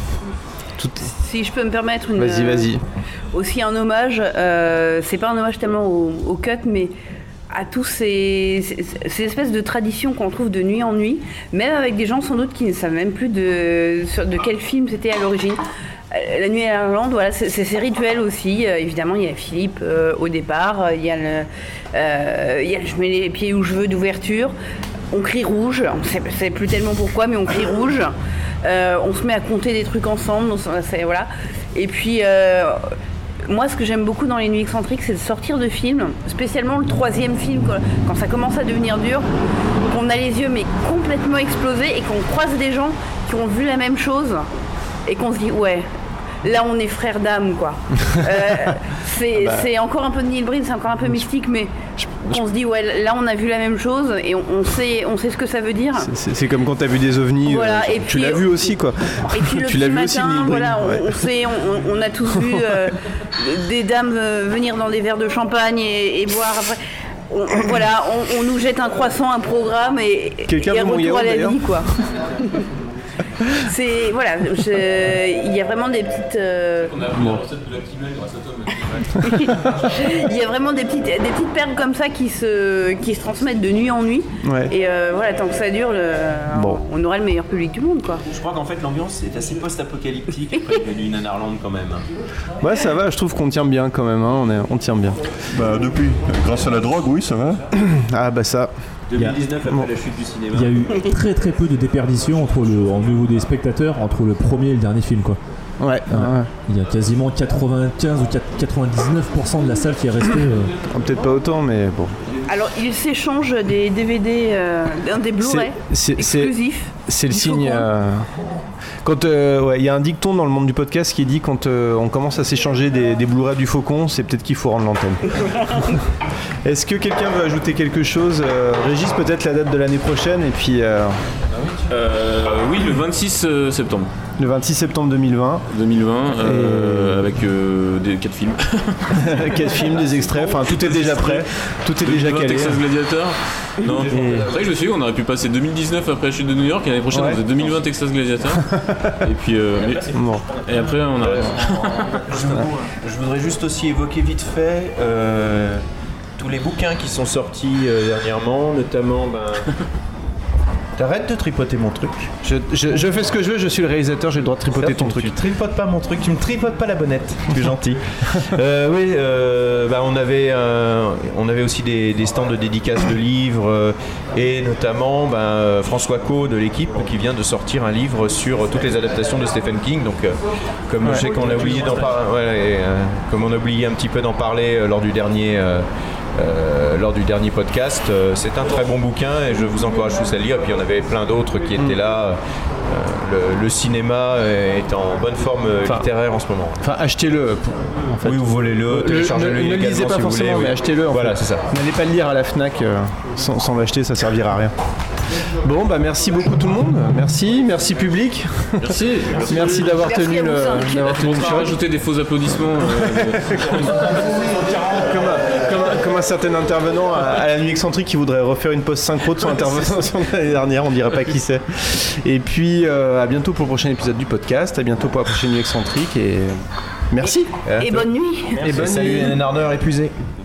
Si je peux me permettre une, Vas-y, vas-y. euh, aussi un hommage, euh, c'est pas un hommage tellement au, au cut, mais à tous ces, ces, ces espèces de traditions qu'on trouve de nuit en nuit, même avec des gens sans doute qui ne savent même plus de, sur- de quel film c'était à l'origine. Euh, La nuit à l'Irlande, voilà, c'est c'est ces rituels aussi. Euh, évidemment, il y a Philippe euh, au départ, euh, il y a le, euh, il y a le je mets les pieds où je veux d'ouverture. On crie rouge, on sait, sait plus tellement pourquoi, mais on crie rouge. Euh, on se met à compter des trucs ensemble, on s- c'est- voilà. Et puis, euh, moi, ce que j'aime beaucoup dans les nuits excentriques, c'est de sortir de films, spécialement le troisième film, quand, quand ça commence à devenir dur, qu'on a les yeux mais complètement explosés et qu'on croise des gens qui ont vu la même chose et qu'on se dit ouais. Là, on est frères d'âme, quoi. Euh, c'est Ah bah. c'est encore un peu de Neil Breen, c'est encore un peu mystique, mais on se dit, ouais, là, on a vu la même chose et on, on sait, on sait ce que ça veut dire. C'est, c'est comme quand t'as vu des ovnis. Voilà, euh, et tu puis- l'as vu aussi, quoi. Et puis le tu l'as petit vu aussi, matin, Neil Breen. voilà, on, Ouais. on sait, on, on a tous vu euh, des dames euh, venir dans des verres de champagne et, et boire après. On, on- voilà, on, on nous jette un croissant, un programme et, Quelqu'un et veut mon retour yaourt, à la d'ailleurs vie, quoi. C'est voilà, je- il y a vraiment des petites. euh, On a appris la recette de la Kimel grâce à toi. Il y a vraiment des petites, des petites perles comme ça qui se, qui se transmettent de nuit en nuit. Ouais. Et euh, voilà, tant que ça dure, le- Bon. on aura le meilleur public du monde, quoi. Je crois qu'en fait l'ambiance est assez post-apocalyptique après il y a du Nanarland quand même. Ouais, ça va, je trouve qu'on tient bien quand même, hein, on, est, on tient bien. Bah depuis, grâce à la drogue, oui, ça va. Ah bah ça. deux mille dix-neuf après Bon. la chute du cinéma. Il y a eu très très peu de déperdition entre le, au niveau des spectateurs entre le premier et le dernier film, quoi. Ouais. ouais. Il y a quasiment quatre-vingt-quinze ou quatre-vingt-dix-neuf pour cent de la salle qui est restée. euh, Ah, peut-être pas autant, mais bon. Alors, ils s'échangent des D V D, euh, des Blu-ray C'est- c'est- exclusifs. C'est le du signe. Faucon. euh, Quand euh, ouais, il y a un dicton dans le monde du podcast qui dit quand euh, on commence à s'échanger des, des Blu-ray du Faucon, c'est peut-être qu'il faut rendre l'antenne. Est-ce que quelqu'un veut ajouter quelque chose euh, Régis, peut-être la date de l'année prochaine et puis euh, Euh, oui, le vingt-six septembre. le vingt-six septembre deux mille vingt. deux mille vingt, euh, avec euh, des quatre films. Quatre films, des extraits, enfin tout est déjà prêt, tout est déjà deux mille vingt, calé. Texas Gladiator. Non, Et- c'est vrai que je me suis dit qu'on aurait pu passer deux mille dix-neuf après la chute de New York et l'année prochaine Ouais. on faisait deux mille vingt Texas Gladiator. Et puis euh, mais- Bon. et après on arrête. Je voudrais juste aussi évoquer vite fait euh, tous les bouquins qui sont sortis euh, dernièrement, notamment. Ben... T'arrêtes de tripoter mon truc. Je, je- je fais ce que je veux, je suis le réalisateur, j'ai le droit de tripoter Certes, ton tu- truc. Tu tripotes pas mon truc, tu me tripotes pas la bonnette. Tu es gentil. Euh, oui, euh, bah, on, avait, euh, on avait aussi des, des stands de dédicaces de livres euh, et notamment bah, euh, François Co de l'équipe qui vient de sortir un livre sur toutes les adaptations de Stephen King. Donc, euh, comme Ouais. je sais qu'on a oublié d'en parler, ouais, et, euh, comme on a oublié un petit peu d'en parler euh, lors du dernier. euh, Euh, lors du dernier podcast, euh, c'est un très bon bouquin et je vous encourage tous à le lire. Et puis il y en avait plein d'autres qui étaient là. Euh, le, le cinéma est en bonne forme euh, Enfin, littéraire en ce moment. Enfin, achetez-le. En fait. Oui, vous volez-le, téléchargez-le Ne le illégalement lisez pas si vous forcément, voulez, mais oui. achetez-le. en Voilà, fait. c'est ça. N'allez pas le lire à la Fnac euh, sans, sans l'acheter, ça servira à rien. Bon, bah merci beaucoup tout le monde. Merci, merci public. Merci. Merci d'avoir Merci tenu à vous le. cinq. d'avoir tenu On le va show. rajouter des faux applaudissements. euh, Comme un, comme un- comme un certain intervenant à, à la nuit excentrique qui voudrait refaire une pause synchro de son intervention de l'année dernière, on dirait pas qui c'est. Et puis euh, à bientôt pour le prochain épisode du podcast, à bientôt pour la prochaine nuit excentrique et merci. Et bonne nuit. Et bonne Salut nuit. les Narneurs épuisés.